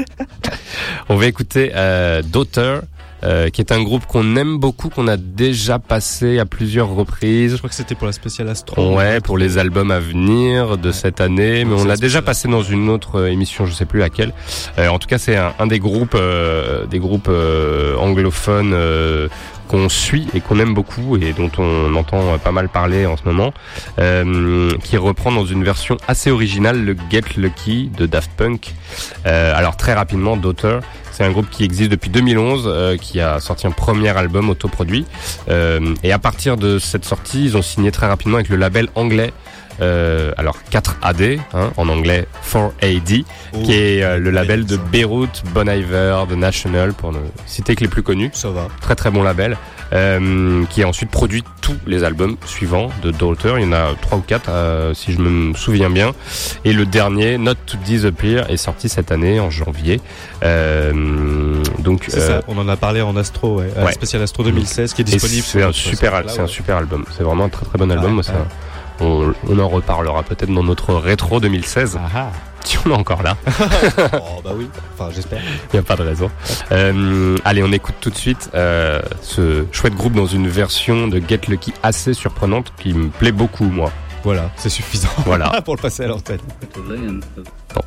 On va écouter euh, Daughter. Euh, qui est un groupe qu'on aime beaucoup, qu'on a déjà passé à plusieurs reprises. Je crois que c'était pour la spéciale Astro. Ouais, pour les albums à venir de ouais. cette année, mais on l'a déjà passé dans une autre émission, je sais plus laquelle. Euh, en tout cas, c'est un, un des groupes, euh, des groupes euh, anglophones euh, qu'on suit et qu'on aime beaucoup et dont on entend pas mal parler en ce moment, euh, qui reprend dans une version assez originale le Get Lucky de Daft Punk. Euh, alors très rapidement, Daughter. C'est un groupe qui existe depuis deux mille onze, euh, qui a sorti un premier album autoproduit. Euh, et à partir de cette sortie, ils ont signé très rapidement avec le label anglais, euh, alors quatre A D, hein, en anglais quatre A D, oh, qui est euh, le label de Beyrouth, Bon Iver, The National, pour ne citer que les plus connus. Ça va. Très très bon label. Euh, qui a ensuite produit tous les albums suivants de Daughter. Il y en a trois ou quatre, euh, si je me souviens bien. Et le dernier, Not to Disappear, est sorti cette année, en janvier. Euh, donc, c'est euh, ça, on en a parlé en Astro, ouais, ouais. Spécial Astro deux mille seize, qui est disponible. C'est un super, al- c'est un super album. C'est vraiment un très très bon album. Ah ouais, Moi, ça, ouais. on, on en reparlera peut-être dans notre rétro deux mille seize. Ah. Si on est encore là. Oh bah oui, enfin j'espère. Il n'y a pas de raison. Euh, allez, on écoute tout de suite euh, ce chouette groupe dans une version de Get Lucky assez surprenante qui me plaît beaucoup, moi. Voilà, c'est suffisant. Voilà. Pour le passer à l'antenne. Bon.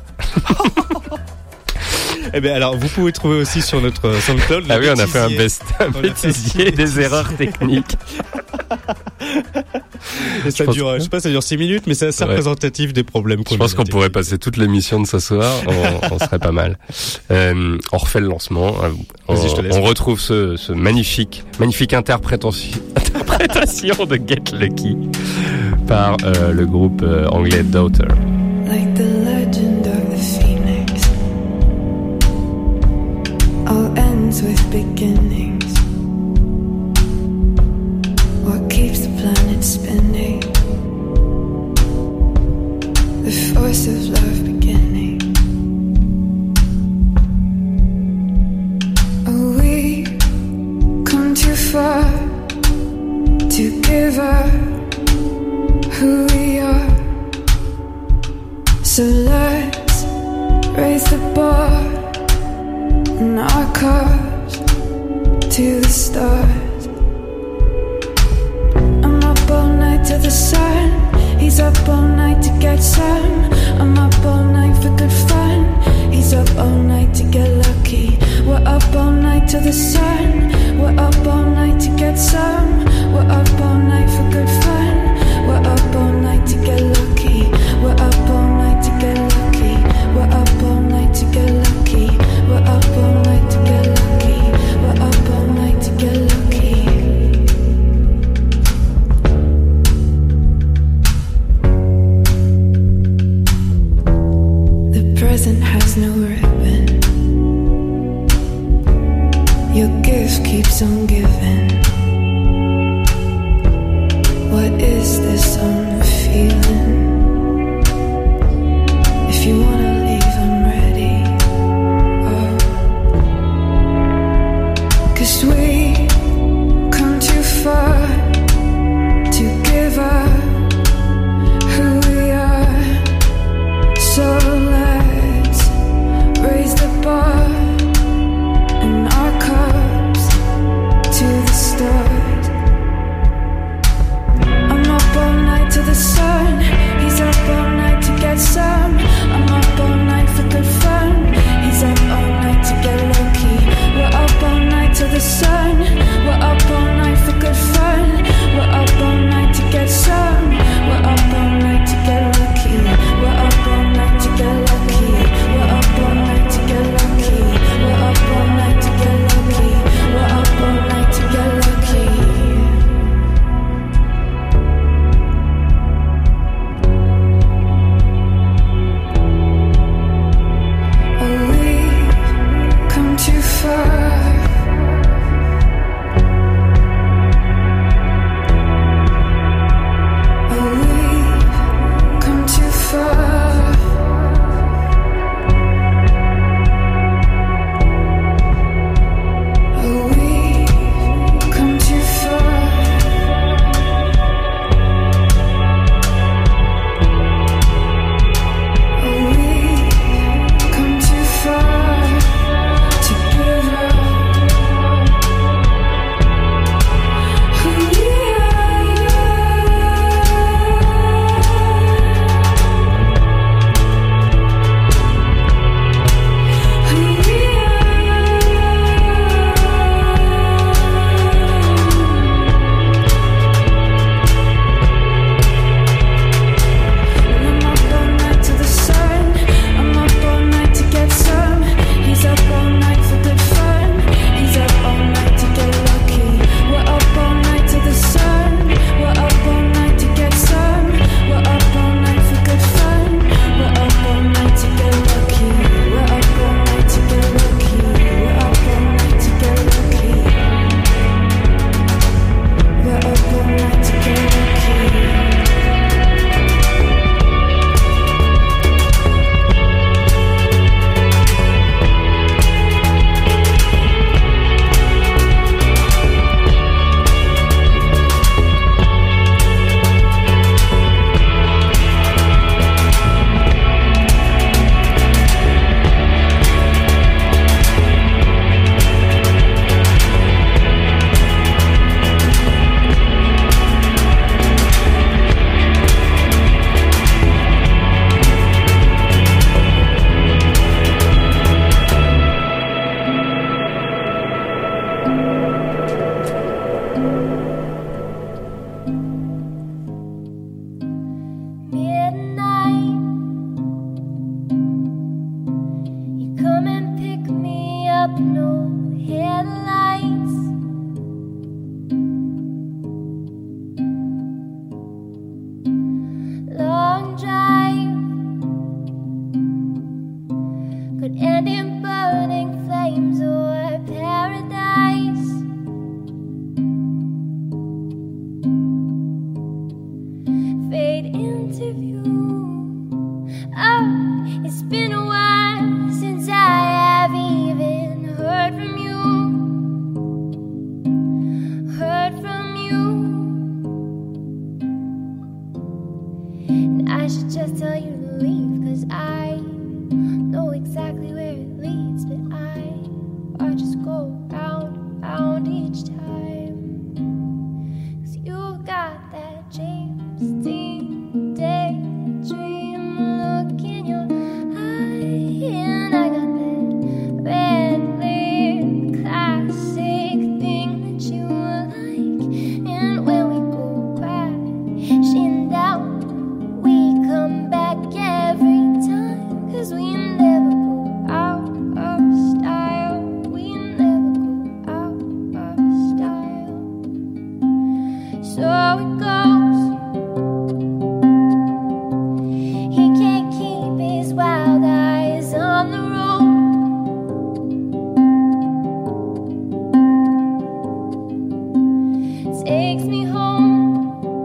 Eh bien alors, vous pouvez trouver aussi sur notre SoundCloud. Ah oui, on a fait un best, un bêtisier des erreurs techniques. Et ça dure, que... je sais pas, ça dure six minutes, mais c'est assez ouais. représentatif des problèmes qu'on a. Je pense qu'on pourrait passer toute l'émission de ce soir, on, on serait pas mal. Euh, on refait le lancement, on, on retrouve ce, ce magnifique, magnifique interprétation, interprétation de Get Lucky par euh, le groupe euh, anglais Daughter. Like the legend of the phoenix, all ends with beginnings. What keeps the planet spinning? The force of love beginning. Oh, we come too far to give up who we are. So let's raise the bar and our cups to the stars. All night to the sun, he's up all night to get some. I'm up all night for good fun, he's up all night to get lucky. We're up all night to the sun, we're up all night to get some. We're up all night for good fun, we're up all night to get lucky. We're up all night to get lucky. We're up all night to get lucky. We're up all night to get lucky. We're up all night to get lucky. Present has no ribbon. Your gift keeps on giving. What is this I'm feeling? If you wanna leave, I'm ready. Oh, 'cause we come too far to give up who we are. So raise the bar and our cups to up, no headlights. Long drive could end in burning flames or paradise. Fade interview. Oh, it's been a while since I have even heard from you. Heard from you. And I should just tell you to leave, 'cause I know exactly where it leads, but I, I just go round, round each time. 'Cause you've got that James Dean daydream look in your eye, and I got that red lip classic thing that you like. And when we go crashing down, we come back every time, 'cause we never go out of style. We never go out of style. So it goes. He can't keep his wild eyes on the road. Takes me home.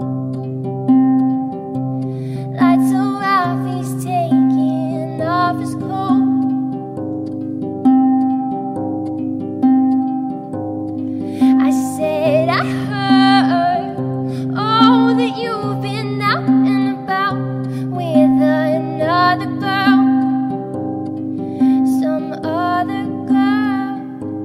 Lights are off, he's taking off his coat. I said I heard, oh, that you've been out and about with another girl, some other girl.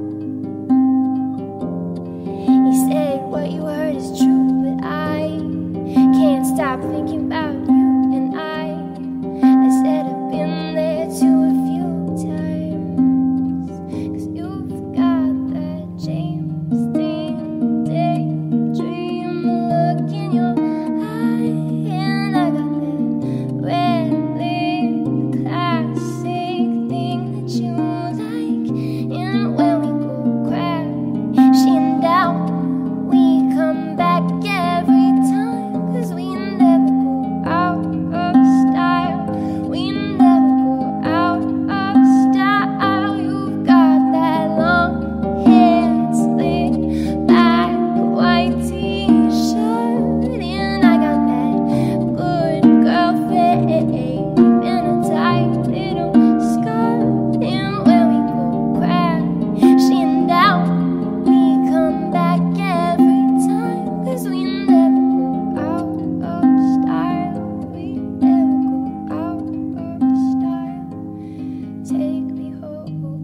He said what you heard is true, but I can't stop thinking about you. And I, I said I've been there too a few times, 'cause you've got that James Dean daydream look in your eye, and I got that red lip classic thing that you like. And when we go crashing down, we come back every time, 'cause we never go out of style. We never go out of style. You've got that long hair, slick back, white t-shirt, and I got that good girl fave in a tight little skirt. And when we go crashing down, we come back every time, 'cause we never go out of style. We never go out of style. Take me home.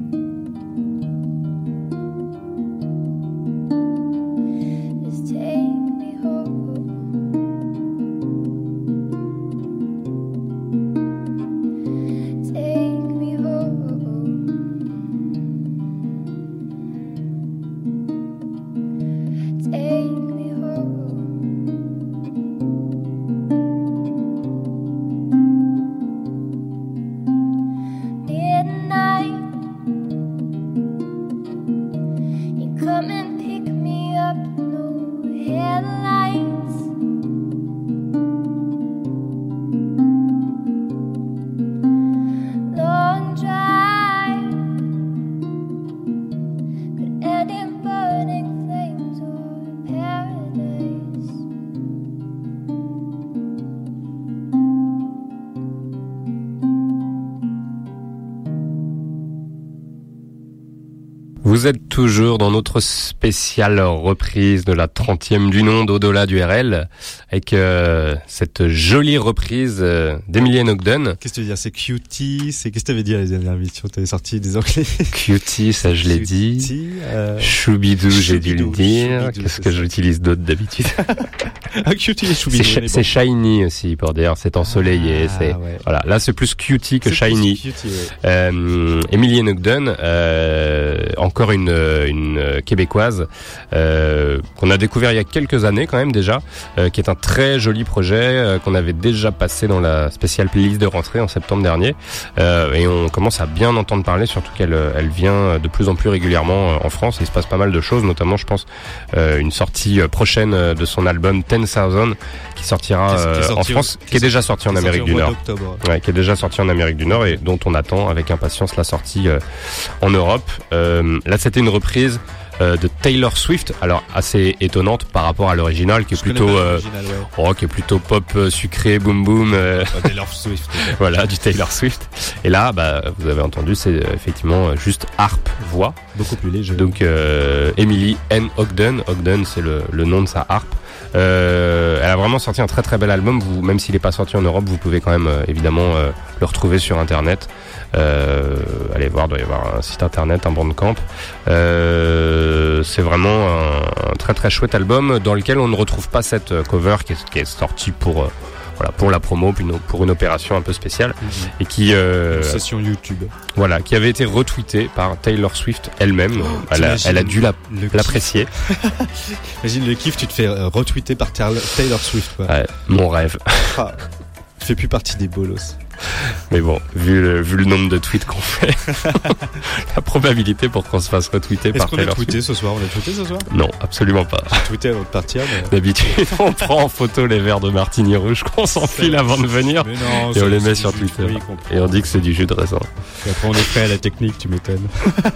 Just take me home. Take me home. Take me home. Midnight, you come and pick me up, no headlights. Long drive could end in burning flames or paradise. Vous êtes toujours dans notre spéciale reprise de la trentième du nom d'Au-delà du R L, avec euh, cette jolie reprise euh, d'Emily Ogden. Qu'est-ce que tu veux dire? C'est cutie, c'est, qu'est-ce que t'avais dit à la dernière émission? T'avais sorti des anglais. Cutie, ça je l'ai dit. Euh... Choubidou, j'ai dû le dire. Choubidou, Qu'est-ce que j'utilise d'autre d'habitude? Ah, cutie et choubidou. C'est, bon. c'est shiny aussi, pour dire, c'est ensoleillé. Ah, c'est, ouais. voilà. Là, c'est plus cutie que c'est shiny. Plus cutie, ouais. Euh, Emily Ogden, euh, en encore une, une québécoise euh, qu'on a découvert il y a quelques années quand même déjà, euh, qui est un très joli projet euh, qu'on avait déjà passé dans la spéciale playlist de rentrée en septembre dernier, euh, et on commence à bien entendre parler, surtout qu'elle elle vient de plus en plus régulièrement en France. Il se passe pas mal de choses, notamment je pense euh, une sortie prochaine de son album ten thousand qui sortira qui est, qui est sorti en France, au, qui est déjà sorti en Amérique du Nord. Ouais, qui est déjà sorti en Amérique du Nord et dont on attend avec impatience la sortie euh, en Europe. Euh, là, c'était une reprise euh, de Taylor Swift, alors assez étonnante par rapport à l'original, qui est Je plutôt, euh, ouais. oh, qui est plutôt pop euh, sucré, boom boom. Euh, Taylor Swift. Voilà, du Taylor Swift. Et là, bah, vous avez entendu, c'est euh, effectivement juste harpe voix. Beaucoup plus léger. Donc euh, Emily N. Ogden, Ogden, c'est le, le nom de sa harpe. Euh, elle a vraiment sorti un très très bel album. Vous, même s'il n'est pas sorti en Europe, vous pouvez quand même euh, évidemment euh, le retrouver sur internet. Euh, allez voir, il doit y avoir un site internet, un Bandcamp. Euh, c'est vraiment un, un très très chouette album dans lequel on ne retrouve pas cette cover qui est, qui est sortie pour euh, voilà, pour la promo, pour une opération un peu spéciale, mmh. et qui euh, une session YouTube. Voilà, qui avait été retweetée par Taylor Swift elle-même. Oh, elle, a, elle a dû la, l'apprécier. Imagine le kiff, tu te fais retweeter par Taylor Swift. Quoi. Ouais, mon rêve. Ah, tu fais plus partie des bolos. Mais bon, vu le, vu le nombre de tweets qu'on fait, la probabilité pour qu'on se fasse retweeter Est-ce par qu'on Taylor a tweeté Swift. ce soir On a tweeté ce soir Non, absolument pas. J'ai tweeté avant de partir. Mais... D'habitude, on prend en photo les verres de martini rouge qu'on s'enfile avant de venir, non, et on les met sur Twitter. Oui, et on dit que c'est du jus de raisin. Et après on est prêt à la technique, tu m'étonnes.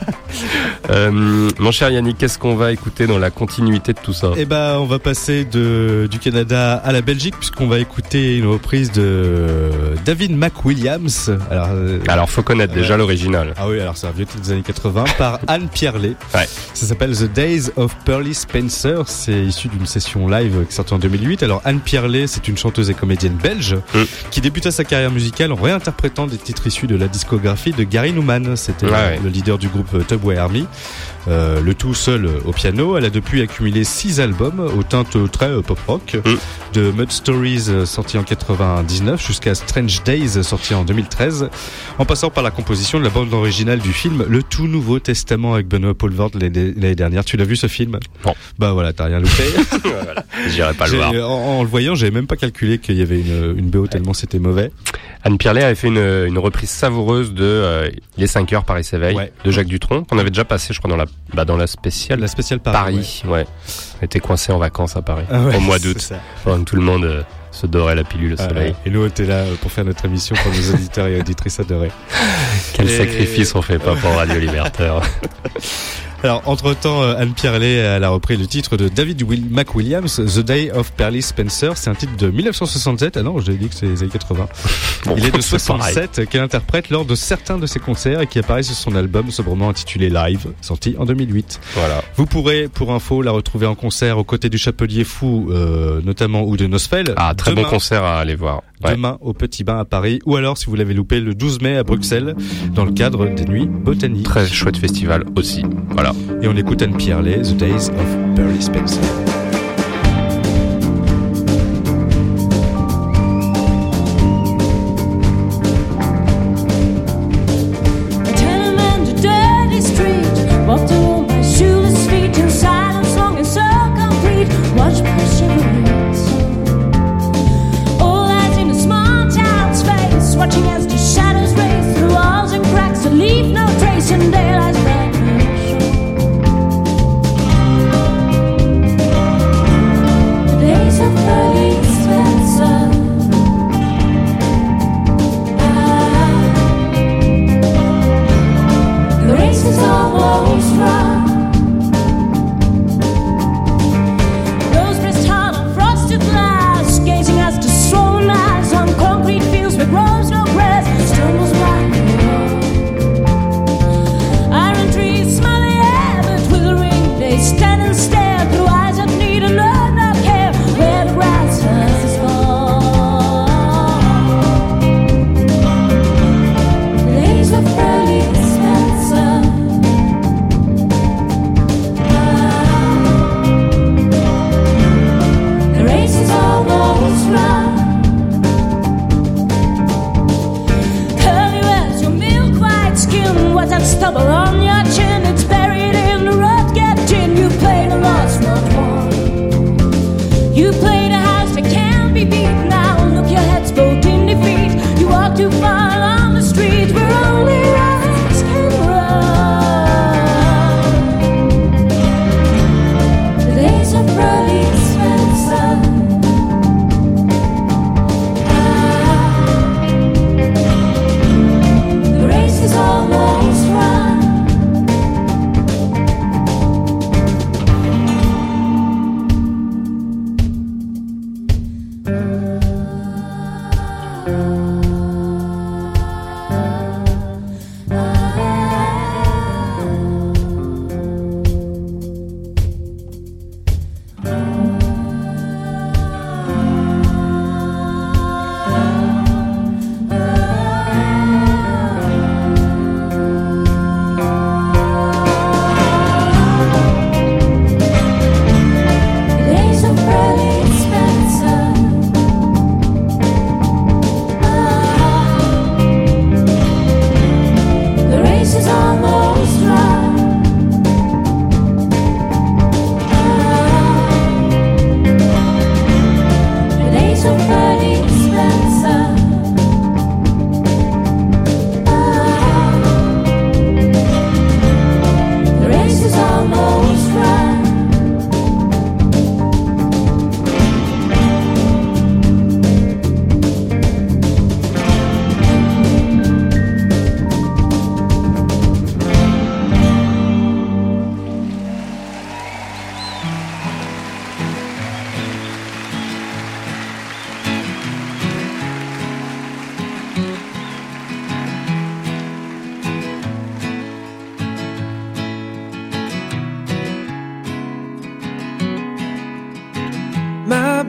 euh, mon cher Yannick, qu'est-ce qu'on va écouter dans la continuité de tout ça ? Eh ben, on va passer de, du Canada à la Belgique, puisqu'on va écouter une reprise de David McWilliams. Alors, euh, alors faut connaître euh, déjà l'original. Ah oui, alors c'est un vieux titre des années quatre-vingts par Anne Pierlet. Ouais. Ça s'appelle The Days of Pearly Spencer. C'est issu d'une session live qui est sortie en deux mille huit. Alors Anne Pierlet, c'est une chanteuse et comédienne belge mm. qui débuta sa carrière musicale en réinterprétant des titres issus de la discographie de Gary Numan. C'était ouais, ouais. le leader du groupe Tubway Army. Euh, le tout seul au piano. Elle a depuis accumulé six albums aux teintes très pop rock, mm. de Mud Stories sorti en quatre-vingt-dix-neuf jusqu'à Strange Days sorti en deux mille treize, en passant par la composition de la bande originale du film Le Tout Nouveau Testament avec Benoît Poelvoorde l'année dernière. Tu l'as vu ce film ? Non. Bah voilà, t'as rien loupé. Voilà. J'irai pas le voir. En, en le voyant, j'avais même pas calculé qu'il y avait une, une B O tellement c'était mauvais. Anne Pierlet avait fait une, une reprise savoureuse de euh, Les cinq heures Paris s'éveille, ouais. de Jacques Dutronc, qu'on avait déjà passé, je crois, dans la, bah, dans la spéciale. La spéciale Paris. Paris, ouais. ouais. On était coincés en vacances à Paris, ah ouais, au mois d'août. Pendant que tout le monde euh, se dorait la pilule au ah soleil. Ouais. Et nous, on était là pour faire notre émission pour nos auditeurs et auditrices adorés. Quel et... sacrifice on fait pas pour Radio Libertaire. Alors, entre-temps, Anne Pierlet, elle a repris le titre de David Will- McWilliams, The Day of Pearly Spencer. C'est un titre de dix-neuf cent soixante-sept. Ah non, j'ai dit que c'est les années quatre-vingts. Bon, il est de soixante-sept, qu'elle interprète lors de certains de ses concerts et qui apparaît sur son album sobrement intitulé Live, sorti en deux mille huit. Voilà. Vous pourrez, pour info, la retrouver en concert aux côtés du Chapelier Fou, euh, notamment, ou de Nosfell. Ah, très demain, bon concert à aller voir. Ouais. Demain au Petit Bain à Paris, ou alors, si vous l'avez loupé, le douze mai à Bruxelles, dans le cadre des Nuits Botaniques. Très chouette festival aussi. Voilà. Et on écoute Anne Pierlet, The Days of Pearly Spencer. Watching as the shadows race through walls and cracks to leave no trace in daylight's bright show.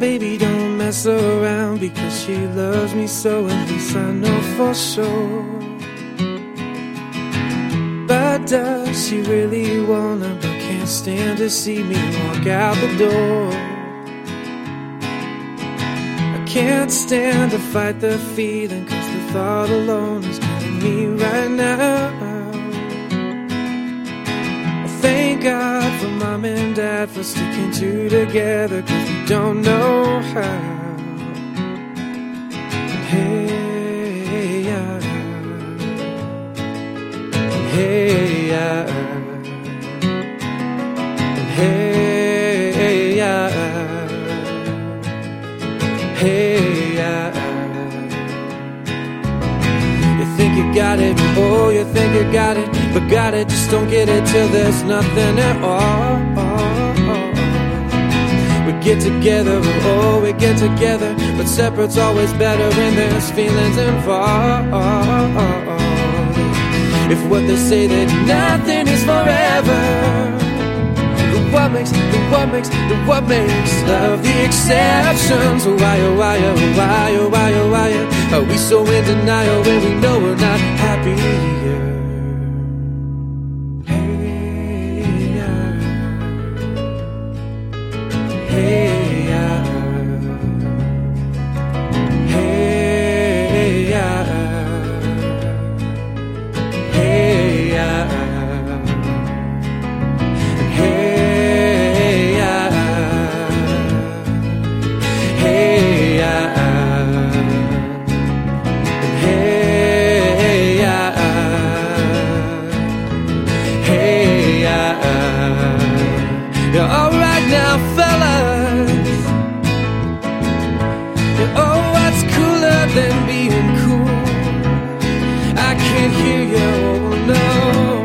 baby don't mess around because she loves me so, at least I know for sure. But does she really wanna, but can't stand to see me walk out the door? I can't stand to fight the feeling, cause the thought alone is killing me right now. Thank God for mom and dad for sticking two together, cause we don't know how. Hey, yeah. Hey, yeah. Hey, yeah. Hey, yeah. You think you got it, oh, you think you got it, but got it, just don't get it till there's nothing at all. We get together, oh, we get together, but separate's always better when there's feelings involved. If what they say that nothing is forever, the what makes, the what makes, the what makes love the exceptions. Why, oh, why, oh, why, oh, why, oh, why, oh, are we so in denial when we know we're not happy here? Hey, yeah. Hey, yeah. Hey, yeah. Hey, yeah. Hey, yeah. Hey, yeah. Hey, yeah. You're all right now, fellas. Yeah, oh, what's cooler than being cool? I can't hear you, oh no.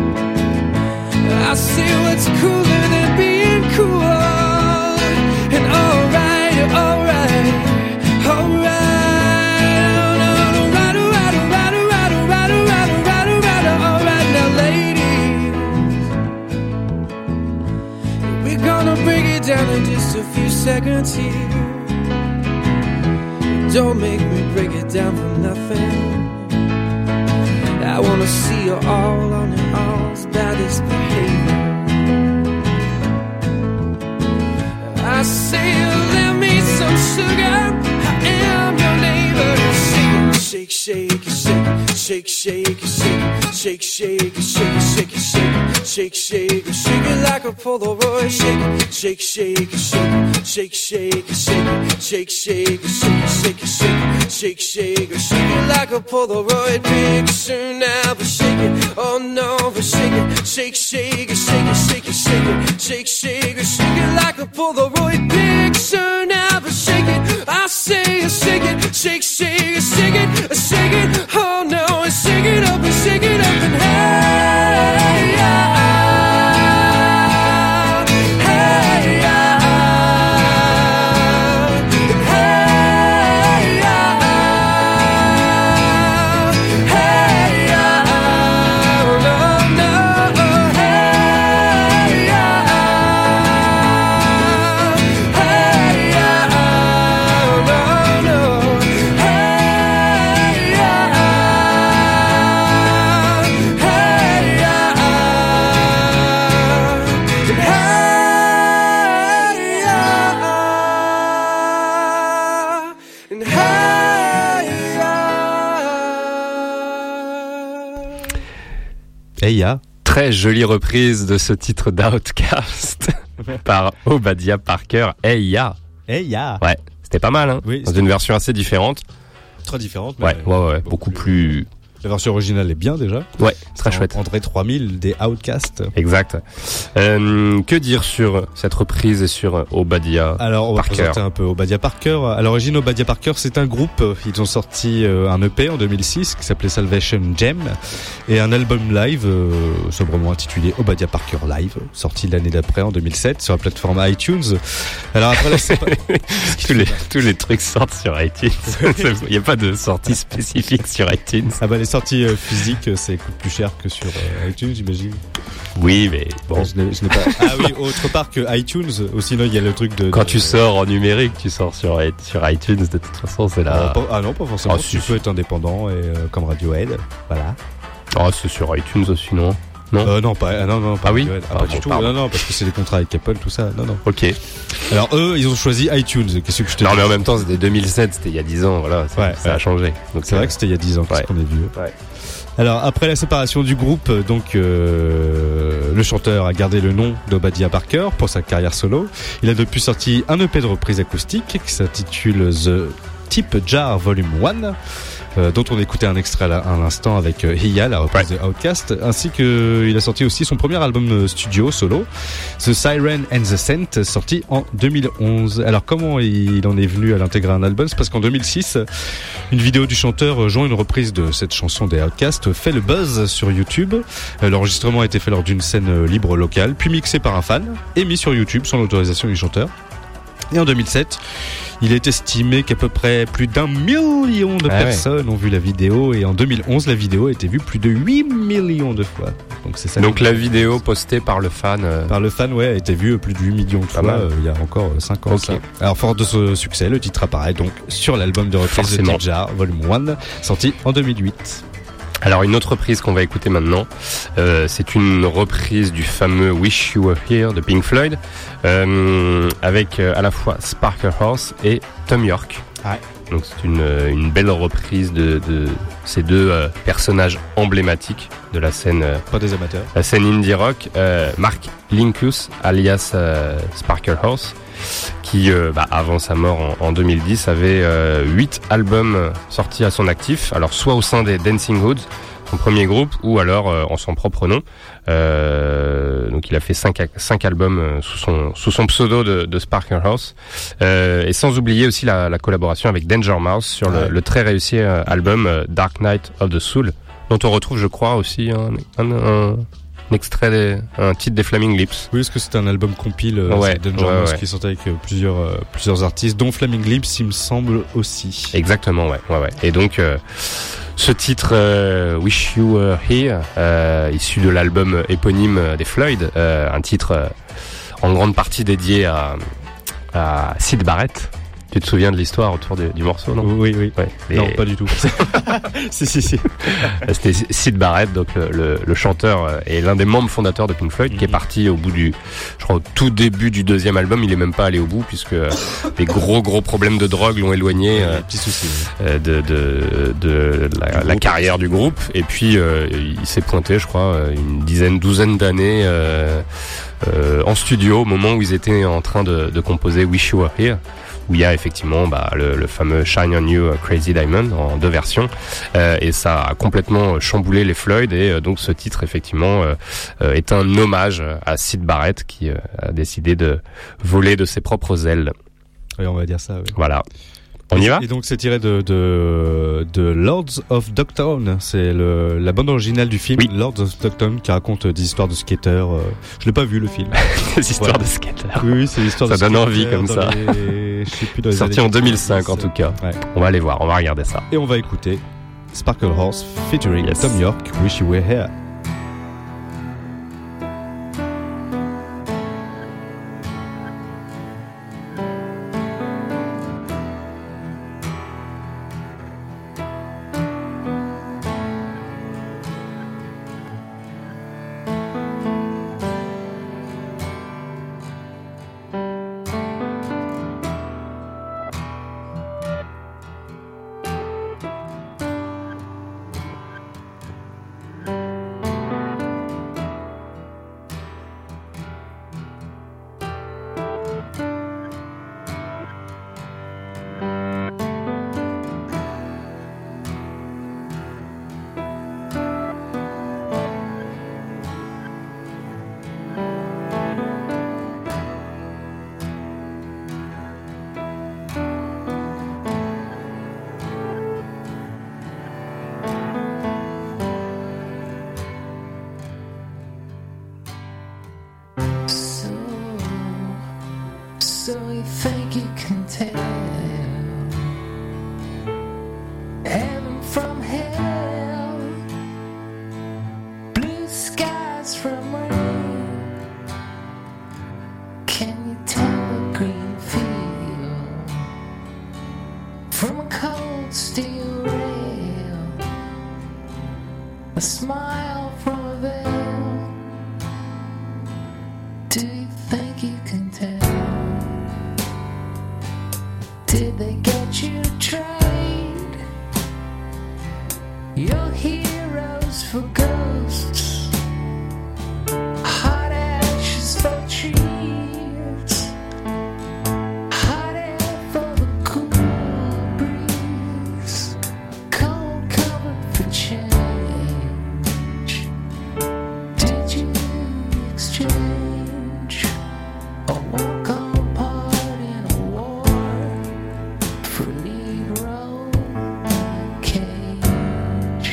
I see what's cooler than being cool. And alright, alright, alright. Alright, alright, alright, alright, alright, alright, alright, alright, alright. Now, ladies, we're gonna break it down in just a few seconds here. Don't make me break it down for nothing. I wanna see you all on your all's baddest behavior. I say you lend me some sugar, I am your neighbor. Shake, shake, shake, shake, shake, shake, shake, shake, shake, shake, shake, shake, shake, shake it like a Polaroid. Shake, shake, shake, shake, shake, shake, shake, shake, shake, shake, shake, shake, shake, shake, shake it like a Polaroid picture now. But shake it, oh no, but shake it, shake, shake, shake it, shake it, shake it, shake, shake, shake it like a Polaroid picture now. But shake it, I say, shake it, shake, shake, shake it, shake it, oh no, shake it up and shake it up and hey, yeah. Hey ya. Très jolie reprise de ce titre d'Outcast par Obadiah Parker. Hey ya. Hey ya. Ouais, c'était pas mal, hein. Oui, dans une version assez différente. Très différente. Ouais, ouais, ouais, beaucoup, beaucoup plus... La version originale est bien déjà. Ouais, très chouette. André trois mille des Outcasts. Exact. Euh, que dire sur cette reprise et sur Obadiah Parker? Alors, on va présenter un peu Obadiah Parker. À l'origine, Obadiah Parker, c'est un groupe. Ils ont sorti un E P en deux mille six qui s'appelait Salvation Gem et un album live euh, sobrement intitulé Obadiah Parker Live, sorti l'année d'après en deux mille sept sur la plateforme iTunes. Alors après là, c'est pas... tous les tous les trucs sortent sur iTunes. Il n'y a pas de sortie spécifique sur iTunes. Ah bah les sorties euh, physiques, ça coûte plus cher que sur euh, iTunes, j'imagine. Oui, mais bon. Je n'ai, je n'ai pas... Ah oui, autre part que iTunes, ou sinon il y a le truc de... Quand de... tu sors en numérique, tu sors sur, sur iTunes, de toute façon, c'est là. Ah, pas... ah non, pas forcément. Ah, tu si, peux être indépendant, et, euh, comme Radiohead, voilà. Ah, oh, c'est sur iTunes aussi, non? Non, euh, non, pas, non, non, pas ah oui Radiohead. Ah, ah, pas bon, du tout. Pardon. Non, non, parce que c'est des contrats avec Apple, tout ça. Non, non. Ok. Alors eux, ils ont choisi iTunes. Qu'est-ce que je te Non, dis mais en même temps, c'était deux mille sept, c'était il y a dix ans, voilà. Ça, ouais, ça ouais. a changé. Donc c'est euh... vrai que c'était il y a dix ans, parce ouais. qu'on est vieux. Ouais. Alors après la séparation du groupe, donc euh, le chanteur a gardé le nom d'Obadiah Parker pour sa carrière solo. Il a depuis sorti un E P de reprise acoustique qui s'intitule The Tip Jar Volume un. Euh, dont on écoutait un extrait à, à l'instant avec euh, Hiya, la reprise ouais. de Outkast, ainsi que il a sorti aussi son premier album studio solo, The Siren and the Scent, sorti en deux mille onze. Alors comment il en est venu à l'intégrer un album? C'est parce qu'en deux mille six, une vidéo du chanteur jouant une reprise de cette chanson des Outkast fait le buzz sur YouTube. L'enregistrement a été fait lors d'une scène libre locale, puis mixé par un fan et mis sur YouTube sans l'autorisation du chanteur. Et en deux mille sept, il est estimé qu'à peu près plus d'un million de ah personnes ouais. ont vu la vidéo, et en deux mille onze, la vidéo a été vue plus de huit millions de fois. Donc c'est ça. Donc la vidéo postée par le fan. Euh... Par le fan, ouais, a été vue plus de huit millions de fois euh, il y a encore cinq ans. Okay. Ça. Alors fort de ce succès, le titre apparaît donc sur l'album de reprise de Tip Jar Volume un, sorti en deux mille huit. Alors une autre reprise qu'on va écouter maintenant, euh, c'est une reprise du fameux Wish You Were Here de Pink Floyd, euh, avec euh, à la fois Sparker Horse et Tom York. Ouais. Donc c'est une, une belle reprise de, de ces deux euh, personnages emblématiques de la scène. Euh, Pas des amateurs. La scène indie rock. Euh, Mark Linkous, alias euh, Sparker Horse, qui, euh, bah, avant sa mort en, en deux mille dix, avait euh, huit albums sortis à son actif. Alors soit au sein des Dancing Hoods, son premier groupe, ou alors euh, en son propre nom. Euh, donc il a fait cinq, cinq albums sous son, sous son pseudo de, de Sparker House. Euh, et sans oublier aussi la, la collaboration avec Danger Mouse sur ouais. le, le très réussi euh, album euh, Dark Night of the Soul, dont on retrouve, je crois, aussi un, un, un, un extrait, des, un titre des Flaming Lips. Oui, est-ce que c'était un album compile euh, ouais, Danger ouais, Mouse ouais. qui sortait avec euh, plusieurs, euh, plusieurs artistes, dont Flaming Lips, il me semble aussi. Exactement, ouais, ouais, ouais. Et donc euh, ce titre euh, Wish You Were Here, euh, issu de l'album éponyme des Floyd, euh, un titre euh, en grande partie dédié à, à Syd Barrett. Tu te souviens de l'histoire autour du, du morceau, non? Oui, oui. Ouais, et... Non, pas du tout. si, si, si. C'était Syd Barrett, donc le, le, le chanteur et l'un des membres fondateurs de Pink Floyd, mm-hmm. qui est parti au bout du, je crois, au tout début du deuxième album. Il est même pas allé au bout puisque les gros gros problèmes de drogue l'ont éloigné euh, petits soucis, euh, de, de, de la, la carrière du groupe. Et puis euh, il s'est pointé, je crois, une dizaine, douzaine d'années euh, euh, en studio au moment où ils étaient en train de, de composer Wish You Were Here, où il y a effectivement bah, le, le fameux Shine On You Crazy Diamond en deux versions, euh, et ça a complètement chamboulé les Floyd, et euh, donc ce titre effectivement euh, euh, est un hommage à Syd Barrett qui euh, a décidé de voler de ses propres ailes. Oui, on va dire ça. Oui. Voilà. On y et, va? Et donc c'est tiré de, de, de Lords of Dogtown. C'est le, la bande originale du film oui. Lords of Dogtown, qui raconte des histoires de skateurs. Euh, je l'ai pas vu le film. Des histoires voilà. de skateurs. Oui, oui, c'est l'histoire ça de donne skateurs. envie comme ça. Les, je sais plus, dans les sorti en deux mille cinq en tout cas. Ouais. On va aller voir, on va regarder ça. Et on va écouter Sparkle Horse featuring yes. Tom York, Wish You Were Here. So you think you can tell heaven from hell, blue skies from rain. Can you tell a green field from a cold steel rail? A smile from a veil. Do you think you can tell? Did they get you to trade your heroes for ghosts? Hot ashes for trees, hot air for the cool breeze, cold cupboard for change. Did you exchange a walk on part in a war for a lead role in a cage?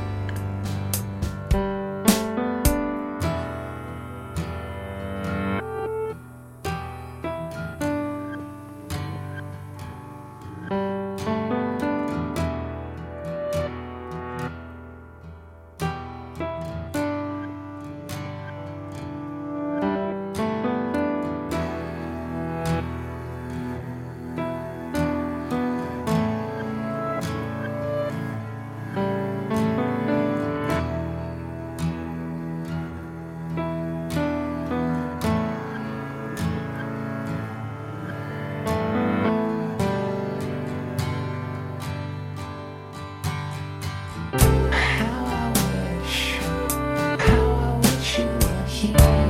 How I wish, how I wish you were here.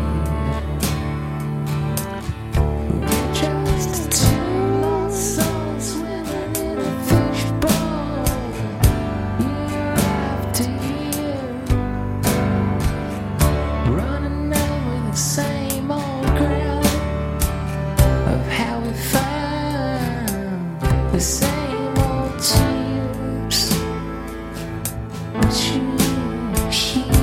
We're just two lost souls swimming in a fishbowl, year after year, running over the same old ground of how we found the same old tears. But you here.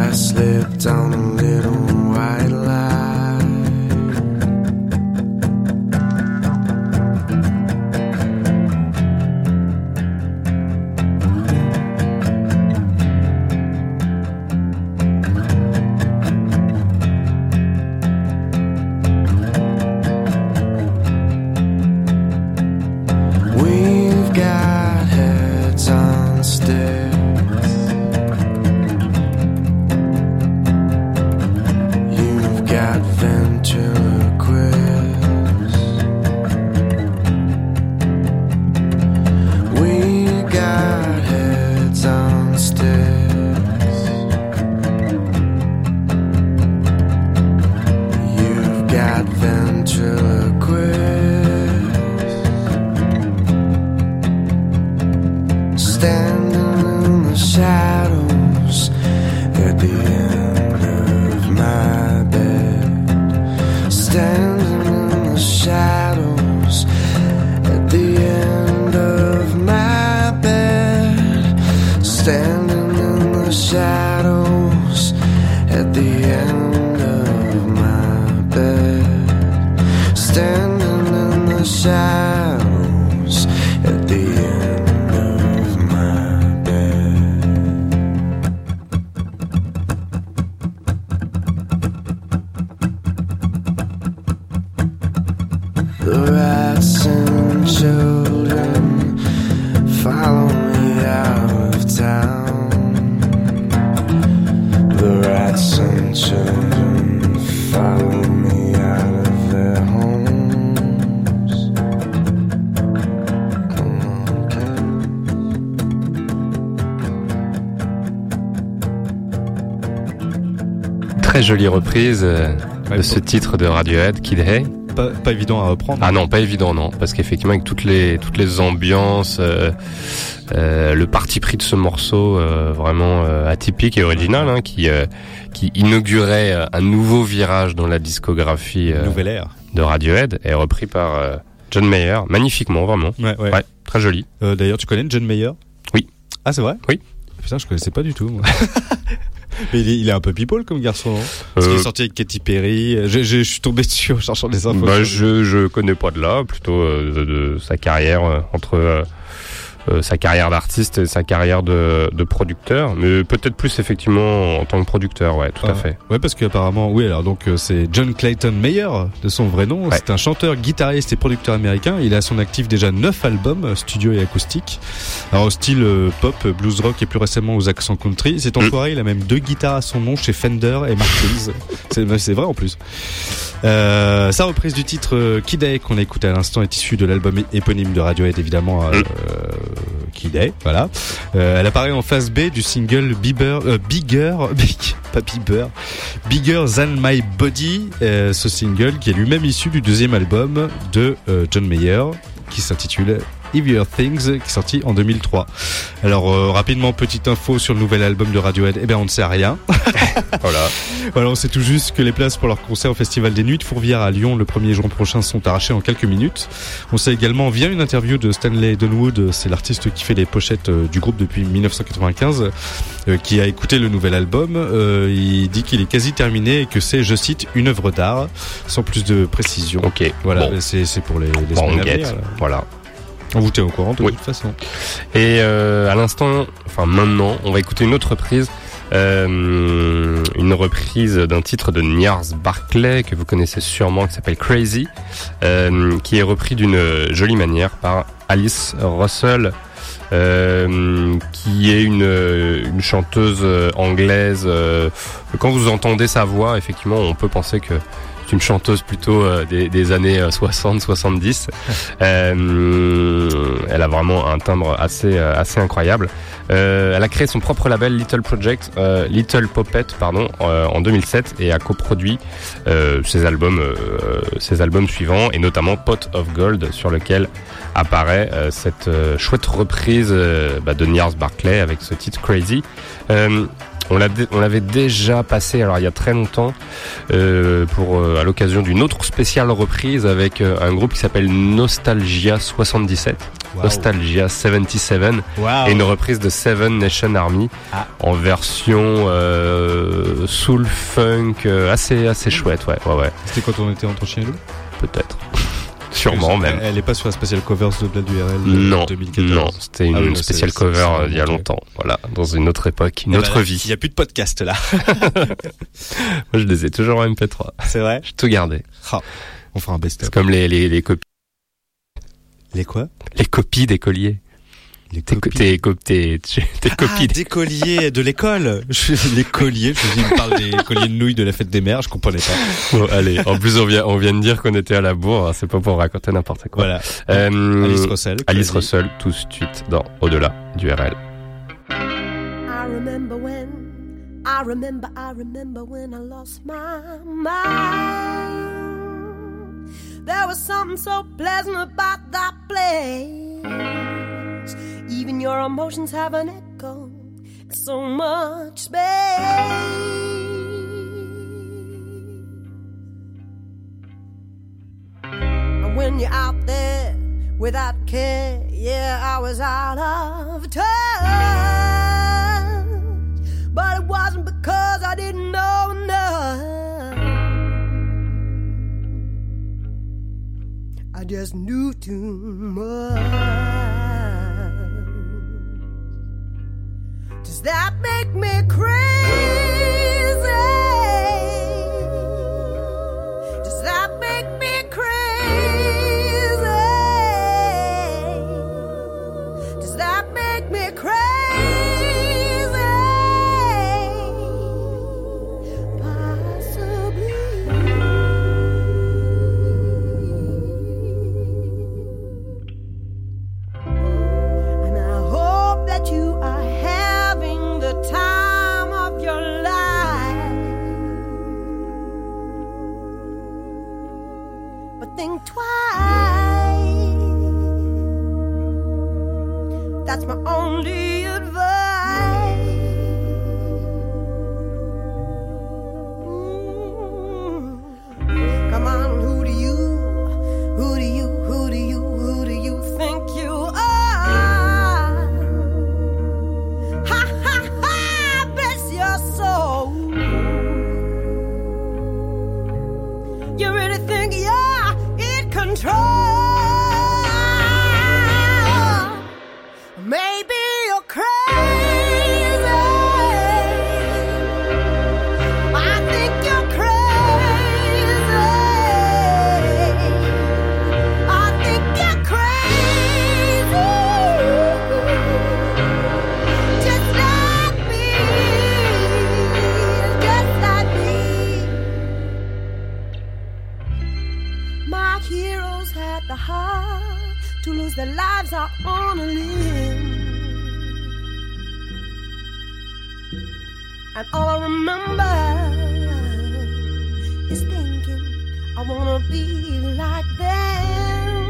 I slipped on a little white lie. We've got heads on sticks. You've got ventriloquists. We got heads on sticks. You've got ventriloquists. Standing in the shadows at the end of my bed. Standing in the shadows at the end of my bed. Standing in the shadows at the end of my bed. Standing in the shadows at the end. The rats and children follow me out of town. The rats and children follow me out of their homes. Come on, Très jolie reprise euh, Ouais, de ce bon. titre de Radiohead, Kid Hey. Pas, pas évident à reprendre. Ah non, pas évident, non, parce qu'effectivement avec toutes les toutes les ambiances, euh, euh, le parti pris de ce morceau euh, vraiment euh, atypique et original, hein, qui euh, qui inaugurait euh, un nouveau virage dans la discographie euh, Nouvelle ère. de Radiohead, est repris par euh, John Mayer, magnifiquement, vraiment. Ouais, ouais. Ouais, très joli. Euh, d'ailleurs, tu connais John Mayer? Oui. Ah, c'est vrai? Oui. Putain, je connaissais pas du tout, moi. Mais il est, il est un peu people comme garçon, non? Parce Euh, qu'il est sorti avec Katy Perry. Je, je, je suis tombé dessus en cherchant des infos. Bah, je je connais pas de là, plutôt euh, de, de sa carrière euh, entre euh, euh, sa carrière d'artiste et sa carrière de, de producteur, mais peut-être plus effectivement en tant que producteur, ouais, tout Ah, à fait. Ouais, parce qu'apparemment, oui, alors donc euh, c'est John Clayton Mayer, de son vrai nom. Ouais. C'est un chanteur, guitariste et producteur américain. Il a à son actif déjà neuf albums, euh, studio et acoustique. Alors au style euh, pop, blues rock et plus récemment aux accents country. Cet enfoiré, il a même deux guitares à son nom chez Fender et Martins. c'est, c'est vrai en plus. Euh, sa reprise du titre euh, Kid Hey qu'on a écouté à l'instant est issue de l'album éponyme de Radiohead, évidemment. Euh, Kid Hey, voilà. Euh, elle apparaît en phase B du single Bieber, euh, Bigger, Big, pas Bieber, Bigger Than My Body, euh, ce single qui est lui-même issu du deuxième album de euh, John Mayer, qui s'intitule Heavier Things, qui est sorti en deux mille trois. Alors euh, rapidement, petite info sur le nouvel album de Radiohead. Eh ben on ne sait rien. Voilà. Voilà, on sait tout juste que les places pour leur concert au Festival des Nuits de Fourvière à Lyon le premier juin prochain sont arrachées en quelques minutes. On sait également via une interview de Stanley Donwood, c'est l'artiste qui fait les pochettes euh, du groupe depuis dix-neuf cent quatre-vingt-quinze, euh, qui a écouté le nouvel album. Euh, il dit qu'il est quasi terminé et que c'est, je cite, une œuvre d'art, sans plus de précision. Ok. Voilà, Bon. c'est, c'est pour les, les Bon, semaines on à venir. guette. là. Voilà. On vous tient au courant de Oui. toute façon. Et euh, à l'instant, enfin maintenant, on va écouter une autre reprise. Euh, une reprise d'un titre de Gnarls Barclay que vous connaissez sûrement, qui s'appelle Crazy, euh, qui est repris d'une jolie manière par Alice Russell, euh, qui est une, une chanteuse anglaise. Euh, quand vous entendez sa voix, effectivement, on peut penser que c'est une chanteuse plutôt euh, des, des années soixante soixante-dix. euh, elle a vraiment un timbre assez, assez incroyable. Euh, elle a créé son propre label Little Project, euh, Little Puppet, pardon, euh, en deux mille sept et a coproduit euh, ses albums, euh, ses albums suivants, et notamment Pot of Gold, sur lequel apparaît euh, cette euh, chouette reprise euh, bah, de Gnarls Barclay avec ce titre Crazy. Euh, On, l'a, on l'avait déjà passé, alors il y a très longtemps, euh, pour euh, à l'occasion d'une autre spéciale reprise avec euh, un groupe qui s'appelle Nostalgia soixante-dix-sept. Wow. Nostalgia soixante-dix-sept, Wow. et une reprise de Seven Nation Army Ah. en version euh, soul funk euh, assez assez chouette, ouais, ouais, ouais. C'était quand on était entre chien et loup? Peut-être. Sûrement Elle- même. Elle est pas sur la spéciale covers de du R L de Non, deux mille quatorze. non, c'était une Ah oui, non, spéciale c'est- cover c'est- euh, c'est il y a ok. longtemps, voilà, dans une autre époque, une Eh autre ben, vie. Il y a plus de podcast là. Moi, je les ai toujours en M P trois. C'est vrai? J'ai tout gardé. Ah, on fera un best-of. C'est comme les, les, les copies. Les quoi? Les copies des colliers. Les Tes, copies. tes, co- tes, tes, tes Ah, copies. des colliers de l'école. Je- Les colliers. Je me dis, il me parle des colliers de nouilles de la fête des mères. Je comprenais pas. Bon, allez. En plus, on vient, on vient de dire qu'on était à la bourre. hein, C'est pas pour raconter n'importe quoi. Voilà. Euh, Alice Russell. Alice Crazy. Russell, tout de suite dans Au-delà du R L. I remember when, I remember, I remember when I lost my mind. There was something so pleasant about that place. Even your emotions have an echo, so much space. And when you're out there without care, yeah, I was out of touch. But it wasn't because I didn't know enough. I just knew too much. Does that make me crazy? Does that make me crazy? Does that make me crazy? Possibly. And I hope that you are having the time of your life. But think twice. That's my only advice. Mm. Come on, who do you, who do you, who do you, who do you think you are? Ha ha ha, bless your soul. You really think you're in control? Maybe you're crazy. I think you're crazy. I think you're crazy. Just like me. Just like me. My heroes had the heart to lose their lives out on a limb. And all I remember is thinking I wanna be like them.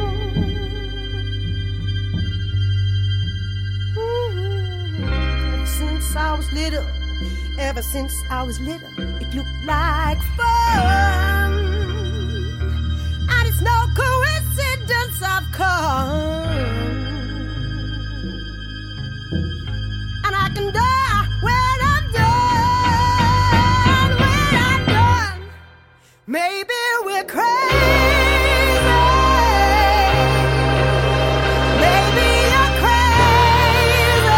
Mhm. Ever since I was little, ever since I was little, it looked like fun. And it's no coincidence I've come. And I can die when I'm done. When I'm done, maybe we're crazy. Maybe you're crazy.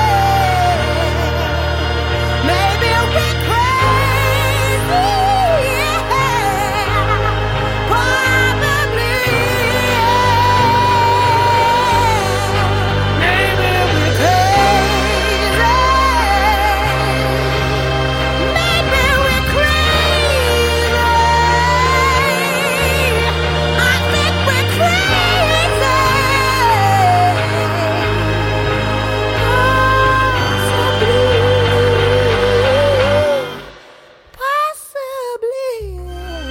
Maybe we're crazy. Yeah. Probably. Maybe we're crazy. Maybe we're crazy. I think we're crazy. Possibly.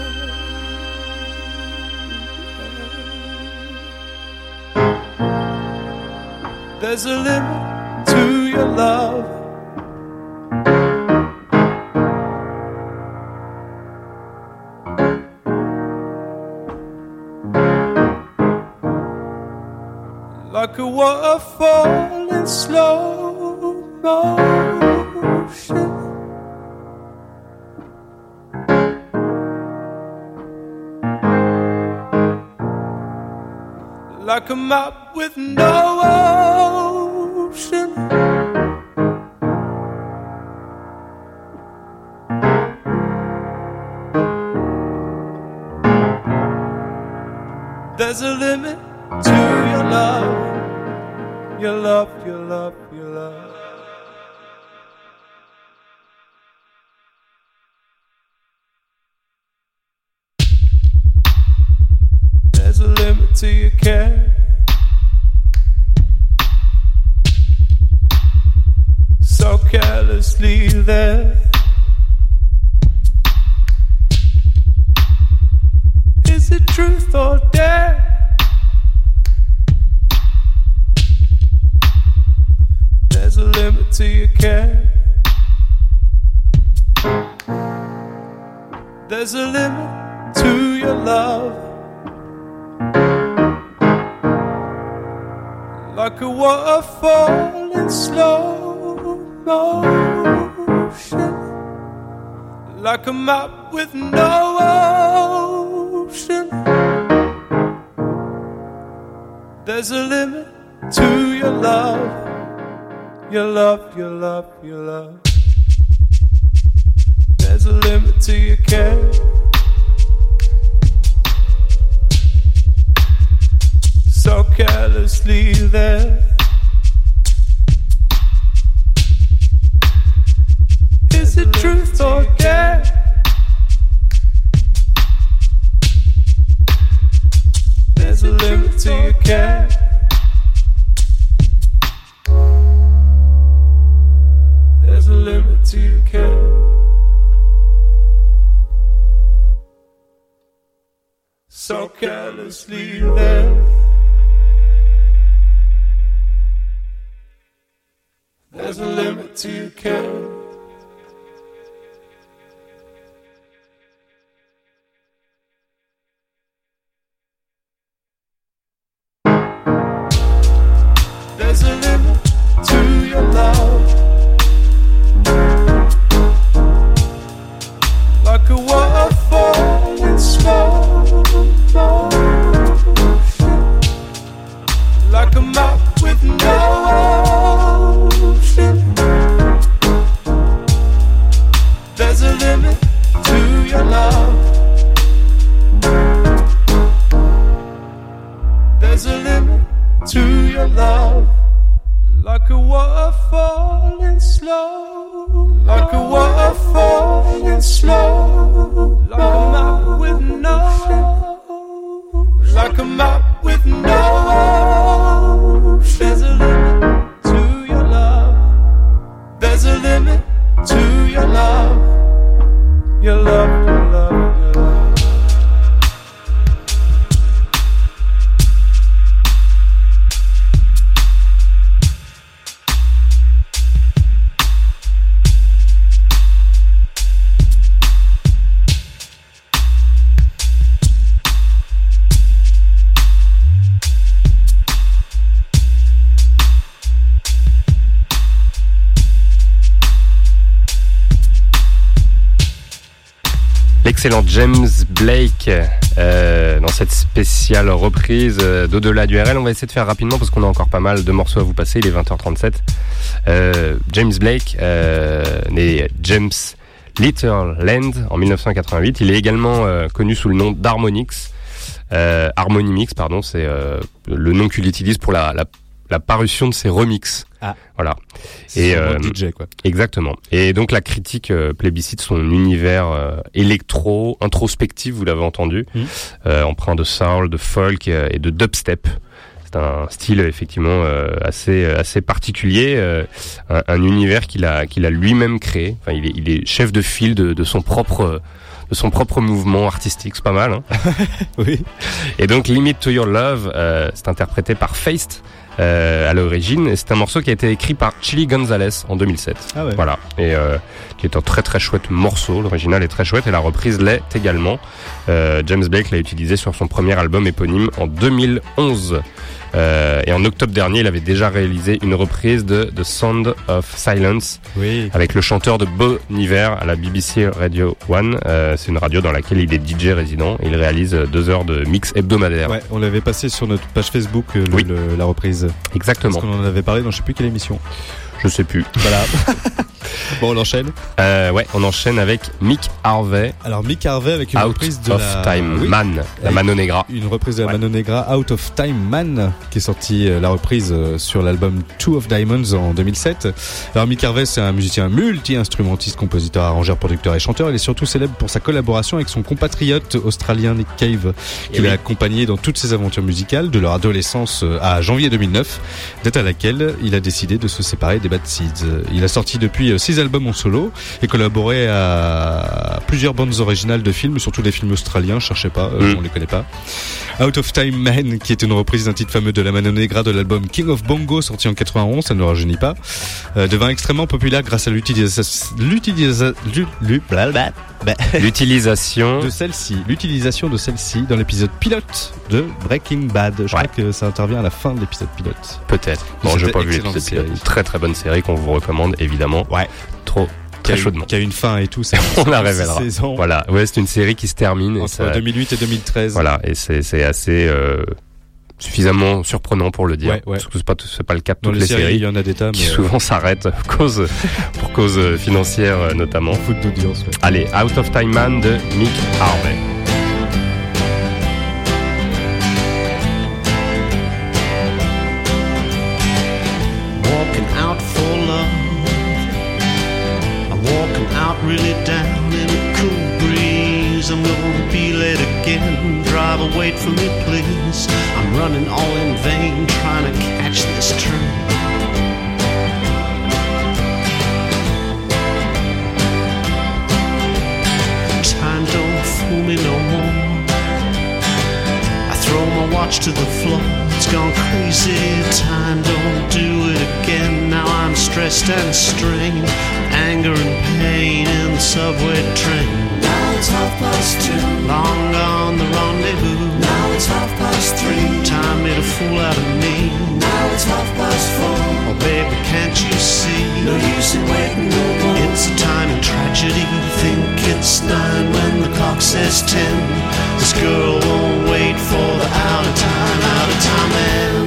Possibly. There's a limit to your love. like a waterfall in slow motion. Like a map with no ocean. There's a limit to your love, your love, your love, your love. There's a limit to your care. So carelessly there. Is it truth or dare? There's a limit to your care. There's a limit to your love. Like a waterfall in slow motion. Like a map with no ocean. There's a limit to your love. Your love, your love, your love. There's a limit to your care. So carelessly there. Is it truth or dare? There's a limit to your care. There's a limit to your care. So carelessly there. There's a limit to your care. There's a limit to your love. Like a waterfall in slow motion. Like a map with no ocean. There's a limit to your love. There's a limit to your love. Like a waterfall in slow. Like a waterfall in slow. Like a map with no. Like a map with no. There's a limit to your love. There's a limit to your love. Your love, your love, your love. L'excellent James Blake euh, dans cette spéciale reprise euh, d'Au-delà du R L. On va essayer de faire rapidement parce qu'on a encore pas mal de morceaux à vous passer. Il est vingt heures trente-sept. Euh, James Blake, euh, né James Litterland en mille neuf cent quatre-vingt-huit. Il est également euh, connu sous le nom d'Harmonix. Euh, Harmony Mix, pardon, c'est euh, le nom qu'il utilise pour la, la, la parution de ses remixes. Ah. Voilà. C'est Et euh, D J, quoi. Exactement. Et donc la critique euh, plébiscite son univers euh, électro, introspectif, vous l'avez entendu, mmh. euh, empreint de soul, de folk euh, et de dubstep. C'est un style effectivement euh, assez assez particulier, euh, un, un univers qu'il a qu'il a lui-même créé. Enfin, il est il est chef de file de, de son propre de son propre mouvement artistique, c'est pas mal. Hein. Oui. Et donc Limit to Your Love, euh, c'est interprété par Feist. Euh, à l'origine, et c'est un morceau qui a été écrit par Chili Gonzalez en deux mille sept. Ah ouais. Voilà, et euh, qui est un très très chouette morceau. L'original est très chouette et la reprise l'est également. Euh, James Blake l'a utilisé sur son premier album éponyme en deux mille onze. Euh, et en octobre dernier, il avait déjà réalisé une reprise de The Sound of Silence oui. avec le chanteur de Bon Iver à la B B C Radio One. Euh, c'est une radio dans laquelle il est D J résident. Il réalise deux heures de mix hebdomadaire. Ouais, on l'avait passé sur notre page Facebook, le, oui. le, la reprise. Exactement. Parce qu'on en avait parlé dans je sais plus quelle émission. Je sais plus. Voilà. Bon, on enchaîne. Euh, ouais, on enchaîne avec Mick Harvey. Alors Mick Harvey avec une Out reprise de of la Time oui. Man, la Mano Negra. Une reprise de la ouais. Mano Negra, Out of Time Man, qui est sortie euh, la reprise euh, sur l'album Two of Diamonds en deux mille sept. Alors Mick Harvey, c'est un musicien multi-instrumentiste, compositeur, arrangeur, producteur et chanteur. Il est surtout célèbre pour sa collaboration avec son compatriote australien Nick Cave, qui l'a oui. accompagné dans toutes ses aventures musicales de leur adolescence à janvier deux mille neuf, date à laquelle il a décidé de se séparer des Bad Seeds. Il a sorti depuis six albums en solo et collaboré à plusieurs bandes originales de films, surtout des films australiens, je cherchais pas, euh, mm. on les connaît pas. Out of Time Man, qui est une reprise d'un titre fameux de la Mano Negra de l'album King of Bongo, sorti en quatre-vingt-onze, ça ne rajeunit pas, euh, devint extrêmement populaire grâce à l'utilisation, l'utilisa, l'utilisation de celle-ci, l'utilisation de celle-ci dans l'épisode pilote de Breaking Bad. Je ouais. crois que ça intervient à la fin de l'épisode pilote. Peut-être. Bon, je n'ai pas vu l'épisode pilote. Une très très bonne série qu'on vous recommande évidemment. Ouais. Trop. Très chaudement. Qui a une fin et tout, ça. On la révélera. Voilà. Ouais, c'est une série qui se termine. Entre et ça... deux mille huit et deux mille treize. Voilà. Et c'est, c'est assez, euh, suffisamment surprenant pour le dire. Ouais, ouais. Parce que c'est pas, c'est pas le cas de Dans toutes les, les séries. séries il y en a des tas, mais qui souvent s'arrêtent cause, pour cause financière, notamment. Faute d'audience, ouais. Allez, Out of Time Man de Mick Harvey. Really down in a cool breeze. I'm gonna be late again. Driver, wait for me, please. I'm running all in vain, trying to catch this train. Time don't fool me no more. I throw my watch to the floor. It's gone crazy. Time don't do it again. Now I'm stressed and strained. Anger and pain in the subway train. Now it's half past two. Long gone the rendezvous. Now it's half past three. Time made a fool out of me. Now it's half past four. Oh baby, can't you see? No use in waiting no more. It's a time in tragedy. Think it's nine when the clock says ten. This girl won't wait for the out of time, out of time man.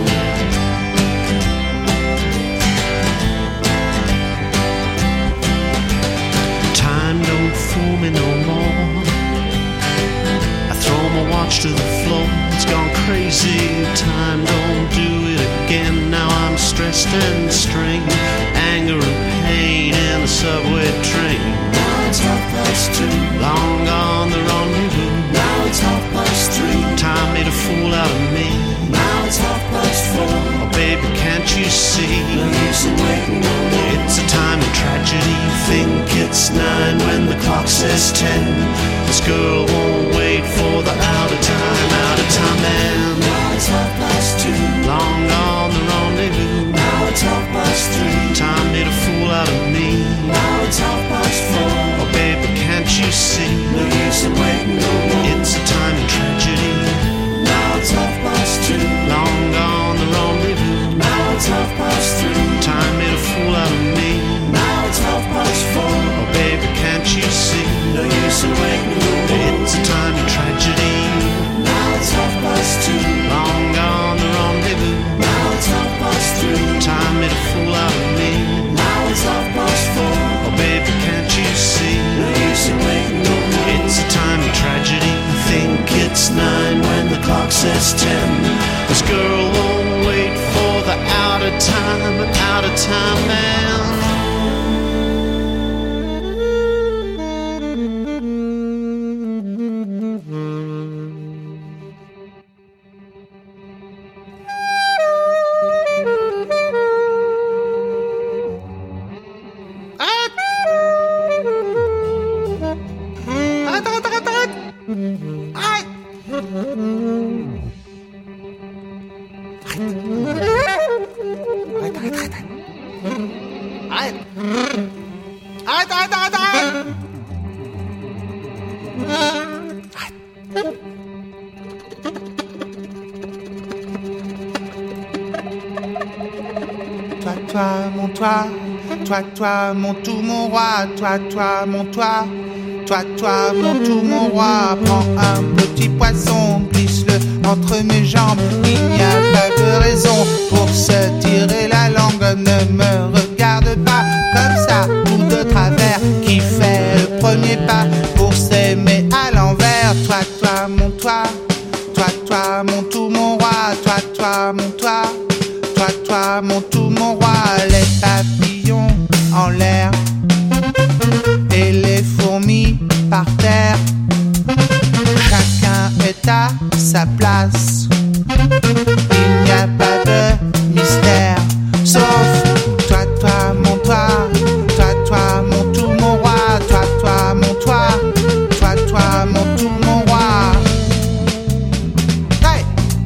Fool me no more. I throw my watch to the floor. It's gone crazy. Time don't do it again. Now I'm stressed and strained. Anger and pain in the subway train. Now it's half past two. Long gone the rendezvous. Now it's half past three. Time made a fool out of me. Now it's half past four. Oh baby, can't you see? No use in waiting no more. It's a time of tragedy. Think it's nine when the clock says ten. This girl won't wait for the out of time, out of time man. Now it's half past two. Long gone the rendezvous. Now it's half past three. Time made a fool out of me. Now it's half past four. Oh baby, can't you see? No use in waiting no more. It's a time of tragedy. Now it's half past two. Long gone the rendezvous. Now it's half past three. Time made a fool out of me. Now it's half past four. Oh baby, can't you see? No use in waiting no more. It's a time of tragedy. Now it's half past two. Long gone the rendezvous. Now it's half past three. Time made a fool out of me. Now it's half past four. Oh baby, can't you see? No use in waiting no more. It's a time of tragedy. Think it's nine when the clock says ten. This girl won't wait for the out of time, out of time man. toi, mon toi, toi, toi, mon tout, mon roi, toi, toi, mon toi, toi, toi, mon tout, mon roi. Prends un petit poisson, glisse-le entre mes jambes. Il n'y a pas de raison pour se tirer la langue. Ne me regarde pas comme ça, ou de travers, qui fait le premier pas pour s'aimer à l'envers. Toi, toi, mon toi, toi, toi, mon tout, mon roi, toi, toi, mon toi, toi, toi, mon tout, mon roi. Les papillons en l'air et les fourmis par terre, chacun est à sa place. Il n'y a pas de mystère, sauf toi, toi, mon toi, toi, toi, mon tout, mon roi, toi, toi, mon toi, toi, toi, mon tout, mon roi. Hey!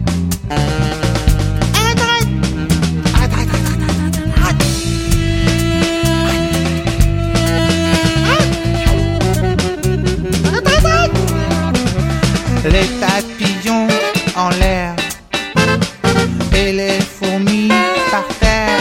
Les papillons en l'air et les fourmis par terre,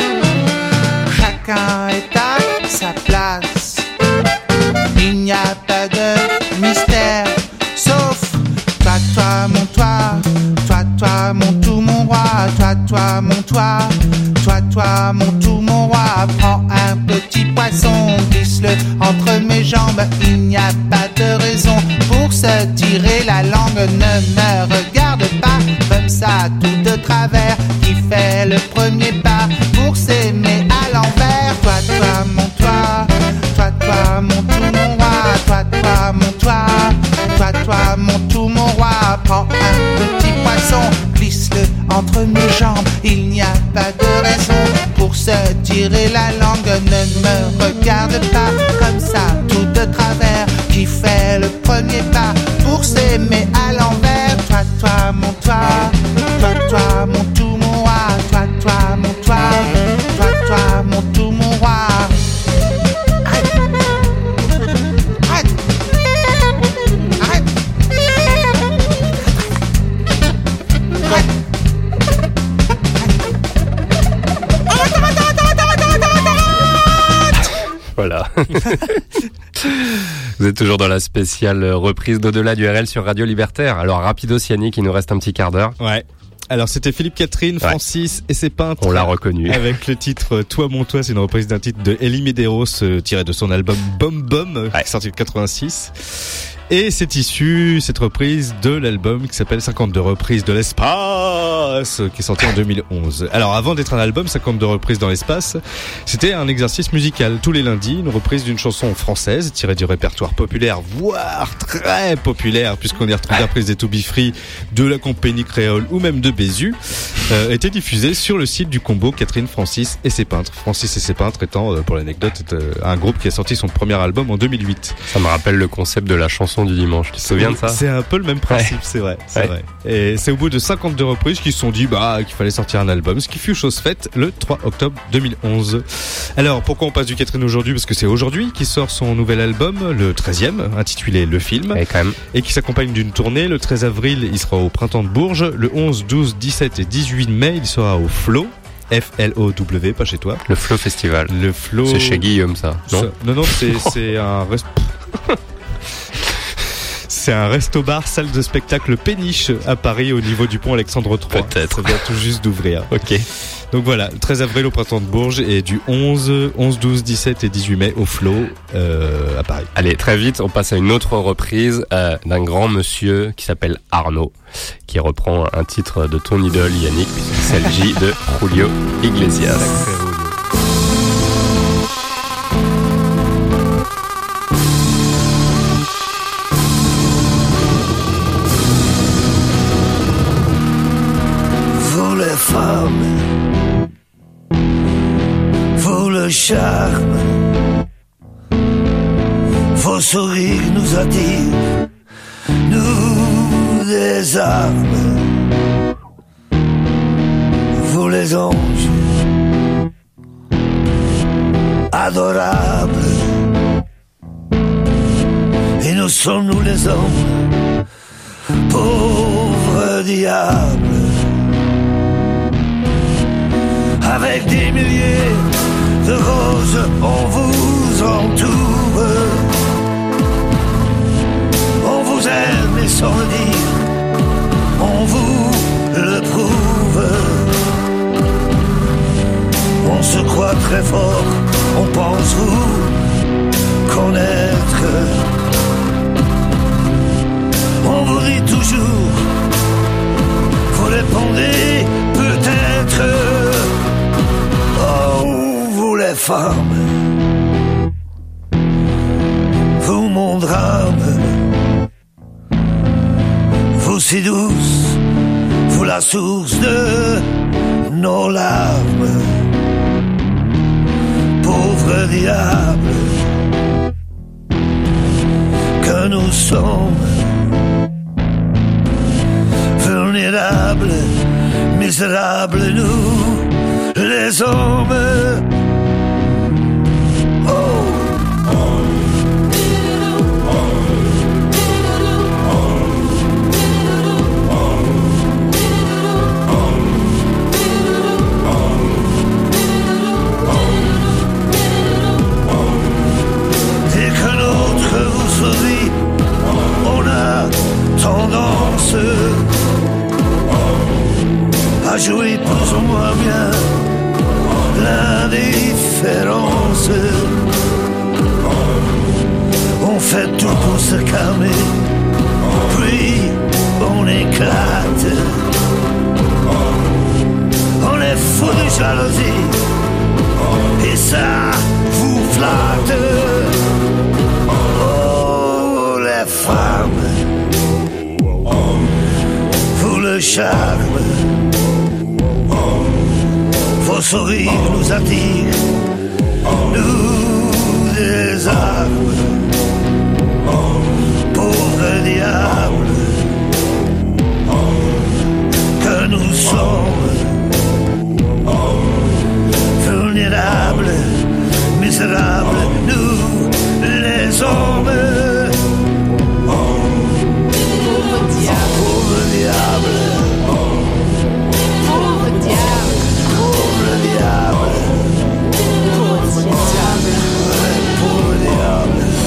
chacun est à sa place. Il n'y a pas de mystère, sauf toi, toi, mon toi, toi, toi, mon tout, mon roi, toi, toi, mon toi, toi, toi, mon tout, mon roi. Prends un petit poisson, glisse-le entre mes jambes. Il n'y a pas de raison pour se tirer la langue. Ne me regarde pas comme ça, tout de travers, qui fait le premier pas pour s'aimer à l'envers. Toi, toi, mon toi, toi, toi, mon tout, mon roi, toi, toi, mon toi, toi, toi, mon tout, mon roi. Prends un petit poisson, glisse-le entre mes jambes. Il n'y a pas de raison pour se tirer la langue. Ne me regarde pas comme ça, tout de travers, qui fait le premier pas pour s'aimer à l'envers. Toi, toi, mon toi, toi, toi, mon tout, mon roi, toi, toi, mon toi, toi, toi, mon tout, mon roi. Arrête. Arrête. Arrête. Arrête. Voilà. Vous êtes toujours dans la spéciale reprise d'Au-delà du R L sur Radio Libertaire. Alors, rapidos Yannick, il nous reste un petit quart d'heure. Ouais. Alors c'était Philippe Catherine, Francis ouais. et ses peintres. On l'a reconnu. Avec le titre Toi mon toi, c'est une reprise d'un titre de Elie Medeiros euh, tiré de son album Bom Bom, ouais. sorti en quatre-vingt-six. Et c'est issu, cette reprise, de l'album qui s'appelle cinquante-deux reprises de l'espace, qui est sorti en deux mille onze. Alors avant d'être un album, cinquante-deux reprises dans l'espace, c'était un exercice musical. Tous les lundis, une reprise d'une chanson française, tirée du répertoire populaire, voire très populaire, puisqu'on y retrouve la reprise des To Be Free, de la compagnie créole ou même de Bézu, euh, était diffusée sur le site du combo Catherine, Francis et ses peintres. Francis et ses peintres étant, euh, pour l'anecdote, euh, un groupe qui a sorti son premier album en deux mille huit. Ça me rappelle le concept de la chanson du dimanche. Tu te souviens de ça? C'est un peu le même principe, ouais. c'est vrai. C'est ouais. vrai. Et c'est au bout de cinquante-deux reprises qu'ils se sont dit bah qu'il fallait sortir un album, ce qui fut chose faite le trois octobre deux mille onze. Alors pourquoi on passe du Catherine aujourd'hui? Parce que c'est aujourd'hui qu'il sort son nouvel album, le treizième, intitulé Le Film, et, quand même. et qui s'accompagne d'une tournée. Le treize avril, il sera au Printemps de Bourges. Le onze, douze, dix-sept et dix-huit mai, il sera au Flow. F L O W, pas chez toi. Le Flow Festival. Le Flow. C'est chez Guillaume, ça. Non, ça, non, non, c'est, c'est un rest... C'est un resto-bar, salle de spectacle Péniche à Paris au niveau du pont Alexandre trois. Peut-être. Ça vient tout juste d'ouvrir. Ok. Donc voilà, le treize avril au Printemps de Bourges et du onze, onze, douze, dix-sept et dix-huit mai au Flow euh, à Paris. Allez, très vite, on passe à une autre reprise euh, d'un grand monsieur qui s'appelle Arnaud, qui reprend un titre de ton idole Yannick, puisqu'il s'agit de Julio Iglesias. Femmes, vous le charme, vos sourires nous attirent, nous des armes, vous les anges, adorables, et nous sommes nous les hommes, pauvres diables. Avec avec des milliers de roses, on vous entoure. On vous aime et sans le dire, on vous le prouve. On se croit très fort, on pense vous connaître. On vous rit toujours, vous répondez peut-être. Oh, vous les femmes, vous mon drame, vous si douce, vous la source de nos larmes. Pauvre diable que nous sommes, vulnérables, misérables, nous les hommes. On a tendance à jouer plus ou moins bien l'indifférence. On fait tout pour se calmer, puis on éclate. On est fou de jalousie et ça vous flatte. Les femmes, vous le charme, vos sourires nous attirent, nous désarment. Pauvre diable que nous sommes, vulnérables, misérables, nous les hommes. Pauvre diable, pauvre diable, pauvre diable, pauvre diable, pauvre diable.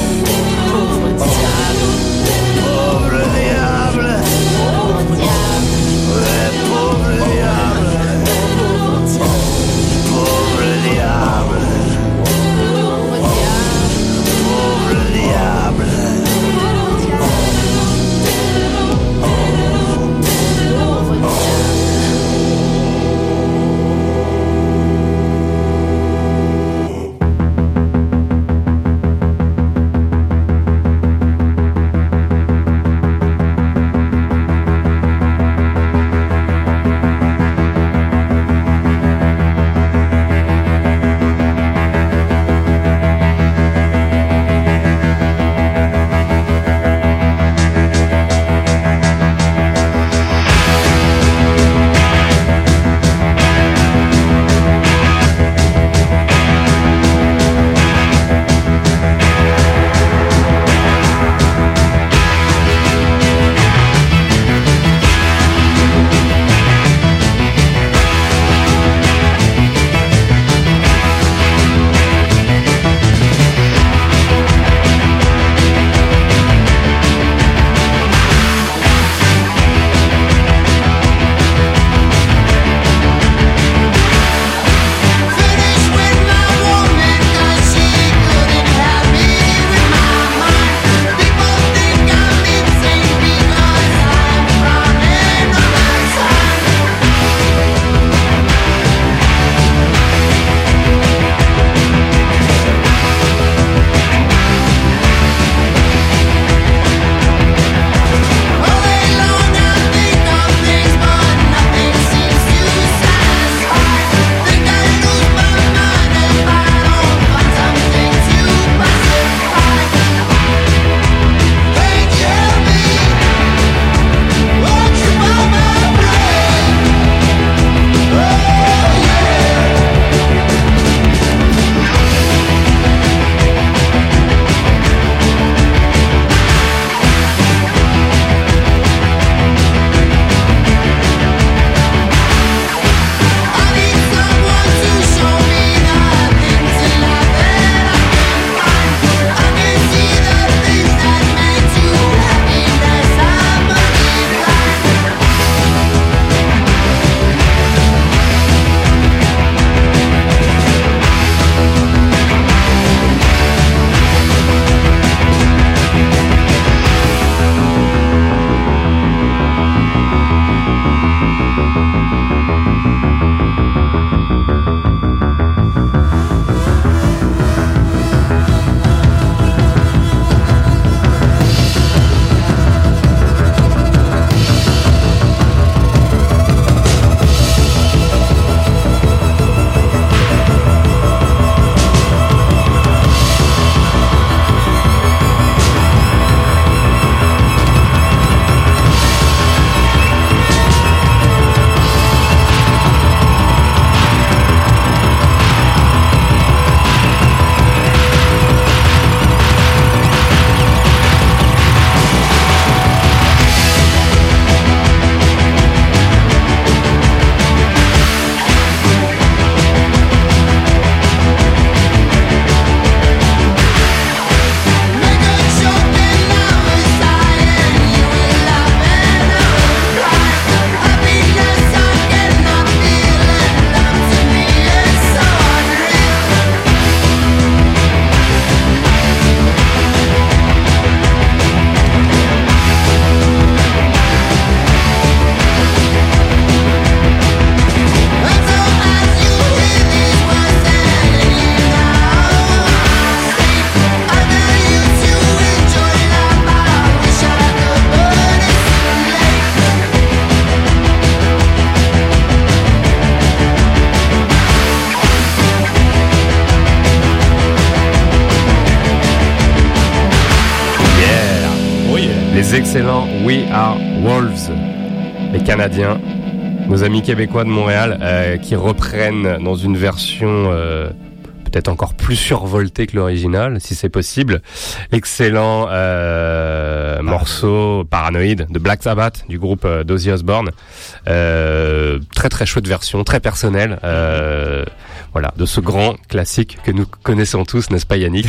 les excellents We Are Wolves, les Canadiens, nos amis québécois de Montréal, euh, qui reprennent dans une version euh, peut-être encore plus survoltée que l'original, si c'est possible, l'excellent euh, morceau Paranoid de Black Sabbath, du groupe euh, d'Ozzy Osbourne. Euh, très très chouette version, très personnelle, euh, voilà, de ce grand classique que nous connaissons tous, n'est-ce pas Yannick?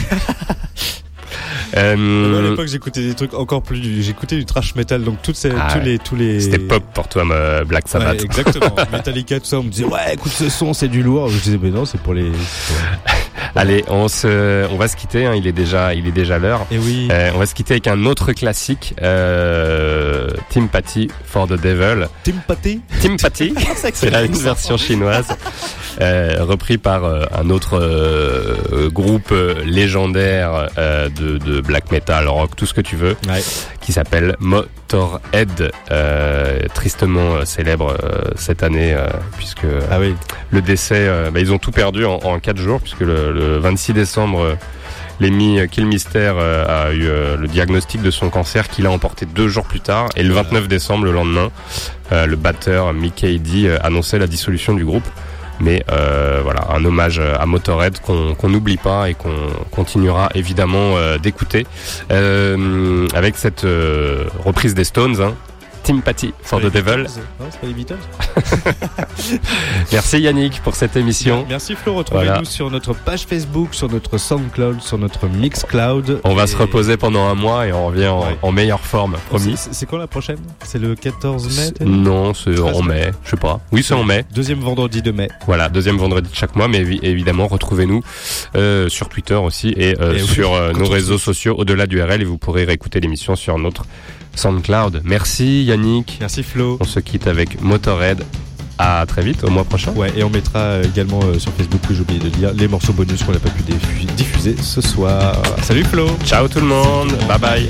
Euh... À l'époque, j'écoutais des trucs encore plus, du... j'écoutais du thrash metal, donc toutes ces, ah, tous les, tous les. C'était pop pour toi, ma Black Sabbath. Ouais, exactement. Metallica, tout ça, on me disait, ouais, écoute ce son, c'est du lourd. Je disais, mais non, c'est pour les. Allez, on se, on va se quitter. Hein, il est déjà, il est déjà l'heure. Et oui. Euh, on va se quitter avec un autre classique, euh, Tim Patty for the Devil. Tim Patty. Tim Patty. C'est la version chinoise. Euh, repris par euh, un autre euh, groupe euh, légendaire euh, de, de black metal, rock, tout ce que tu veux, ouais. qui s'appelle Motorhead, euh, tristement euh, célèbre euh, cette année, euh, puisque ah oui. le décès, euh, bah, ils ont tout perdu en, en quatre jours, puisque le, le vingt-six décembre, euh, Lemmy Kilmister euh, a eu euh, le diagnostic de son cancer qu'il a emporté deux jours plus tard, et le vingt-neuf décembre, le lendemain, euh, le batteur Mickey D euh, annonçait la dissolution du groupe. Mais euh, voilà, un hommage à Motorhead qu'on qu'on n'oublie pas et qu'on continuera évidemment euh, d'écouter euh, avec cette euh, reprise des Stones, hein. Tim Patty for the Devil. Non, c'est pas les Beatles. Merci Yannick pour cette émission. Merci Flo, retrouvez-nous voilà. sur notre page Facebook, sur notre SoundCloud, sur notre Mixcloud. On va et... se reposer pendant un mois et on revient en, ouais. en meilleure forme, promis. C'est, c'est quand la prochaine? C'est le quatorze mai? C'est... Non, c'est en mai, je sais pas. Oui, c'est en mai. Deuxième vendredi de mai. Voilà, deuxième vendredi de chaque mois, mais évidemment, retrouvez-nous euh, sur Twitter aussi et, euh, et sur euh, nos réseaux sociaux au-delà du R L et vous pourrez réécouter l'émission sur notre SoundCloud. Merci Yannick. Merci Flo. On se quitte avec Motorhead. À très vite, au mois prochain. Ouais, et on mettra également euh, sur Facebook, que j'ai oublié de dire, les morceaux bonus qu'on n'a pas pu diffu- diffuser ce soir. Salut Flo. Ciao tout le monde. Bye bye.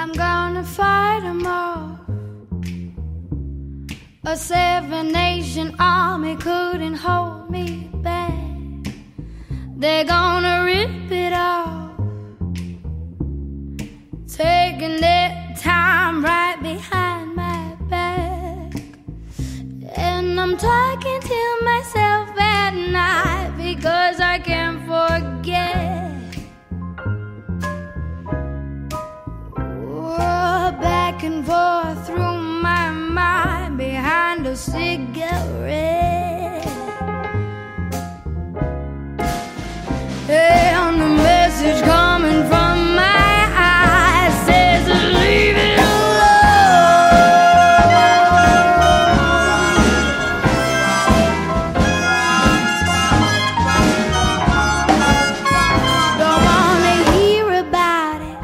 I'm gonna fight them all. A seven nation army couldn't hold me back. They're gonna rip it off, taking their time right behind my back. And I'm talking to myself at night because I can't forget. Oh, back and forth through my mind behind a cigarette. And the message coming from my eyes says leave it Don't wanna hear about it.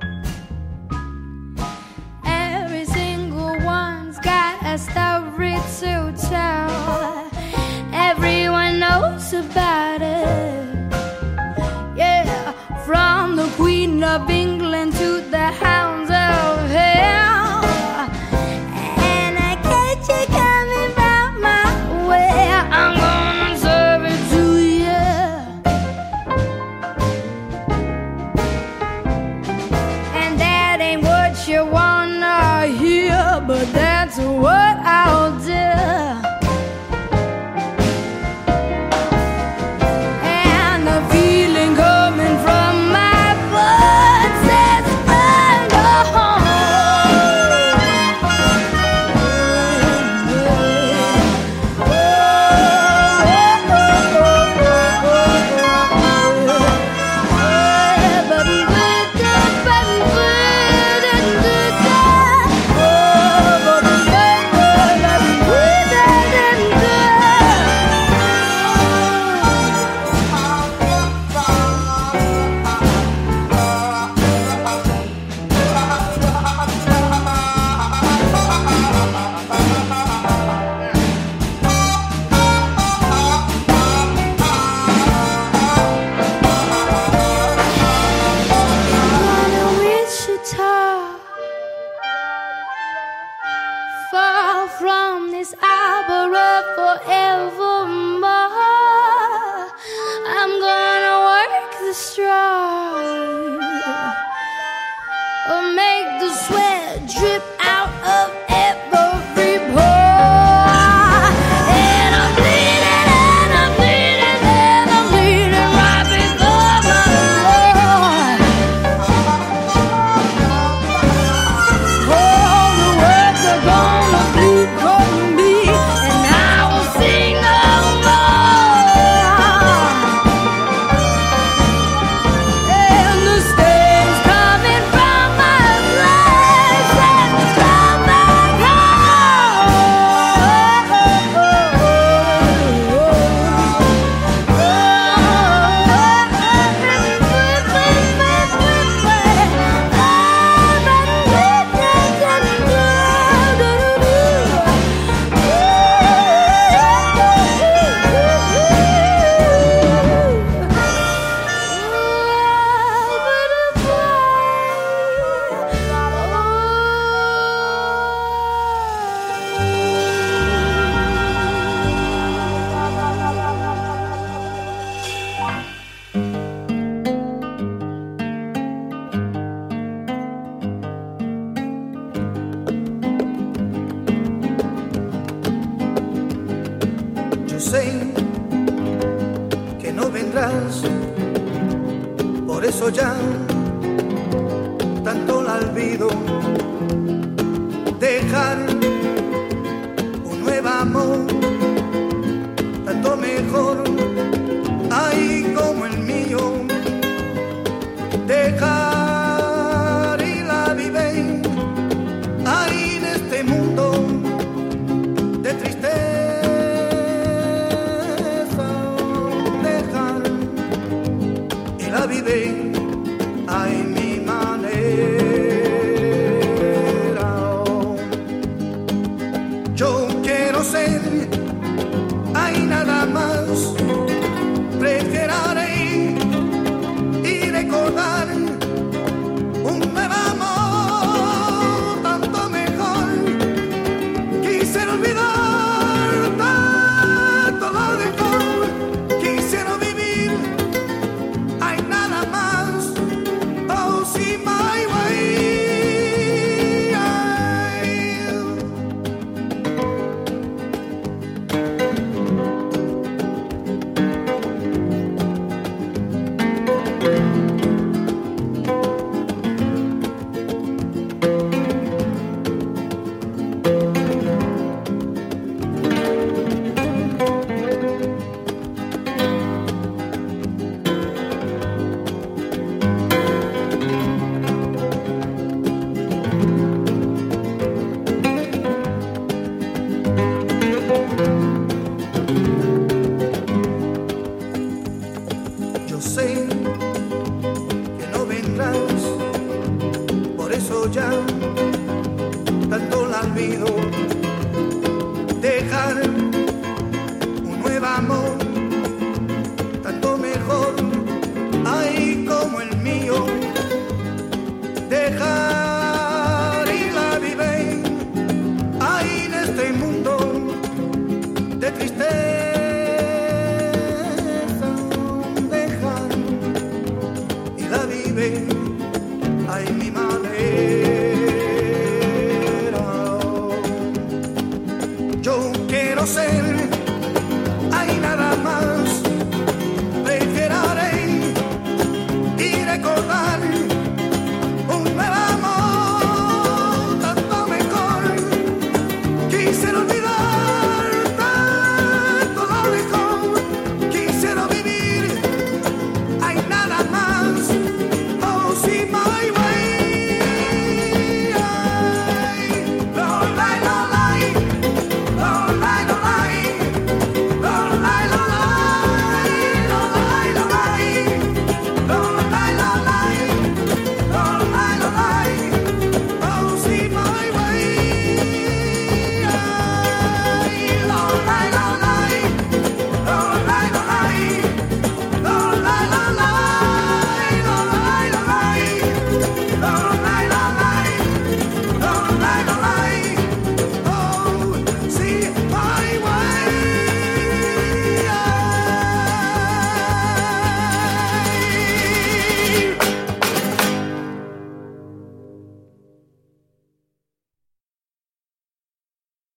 Every single one's got a story to tell. Everyone knows about it. From the Queen of England to the hounds of hell. And I catch you coming round my way, I'm gonna serve it to you. And that ain't what you wanna hear, but that's what I'll do. Por eso ya tanto la olvido. Dejar un nuevo amor, tanto mejor, ay como el mío. Dejar y la vive, ay en este mundo de tristeza. Dejar y la vive.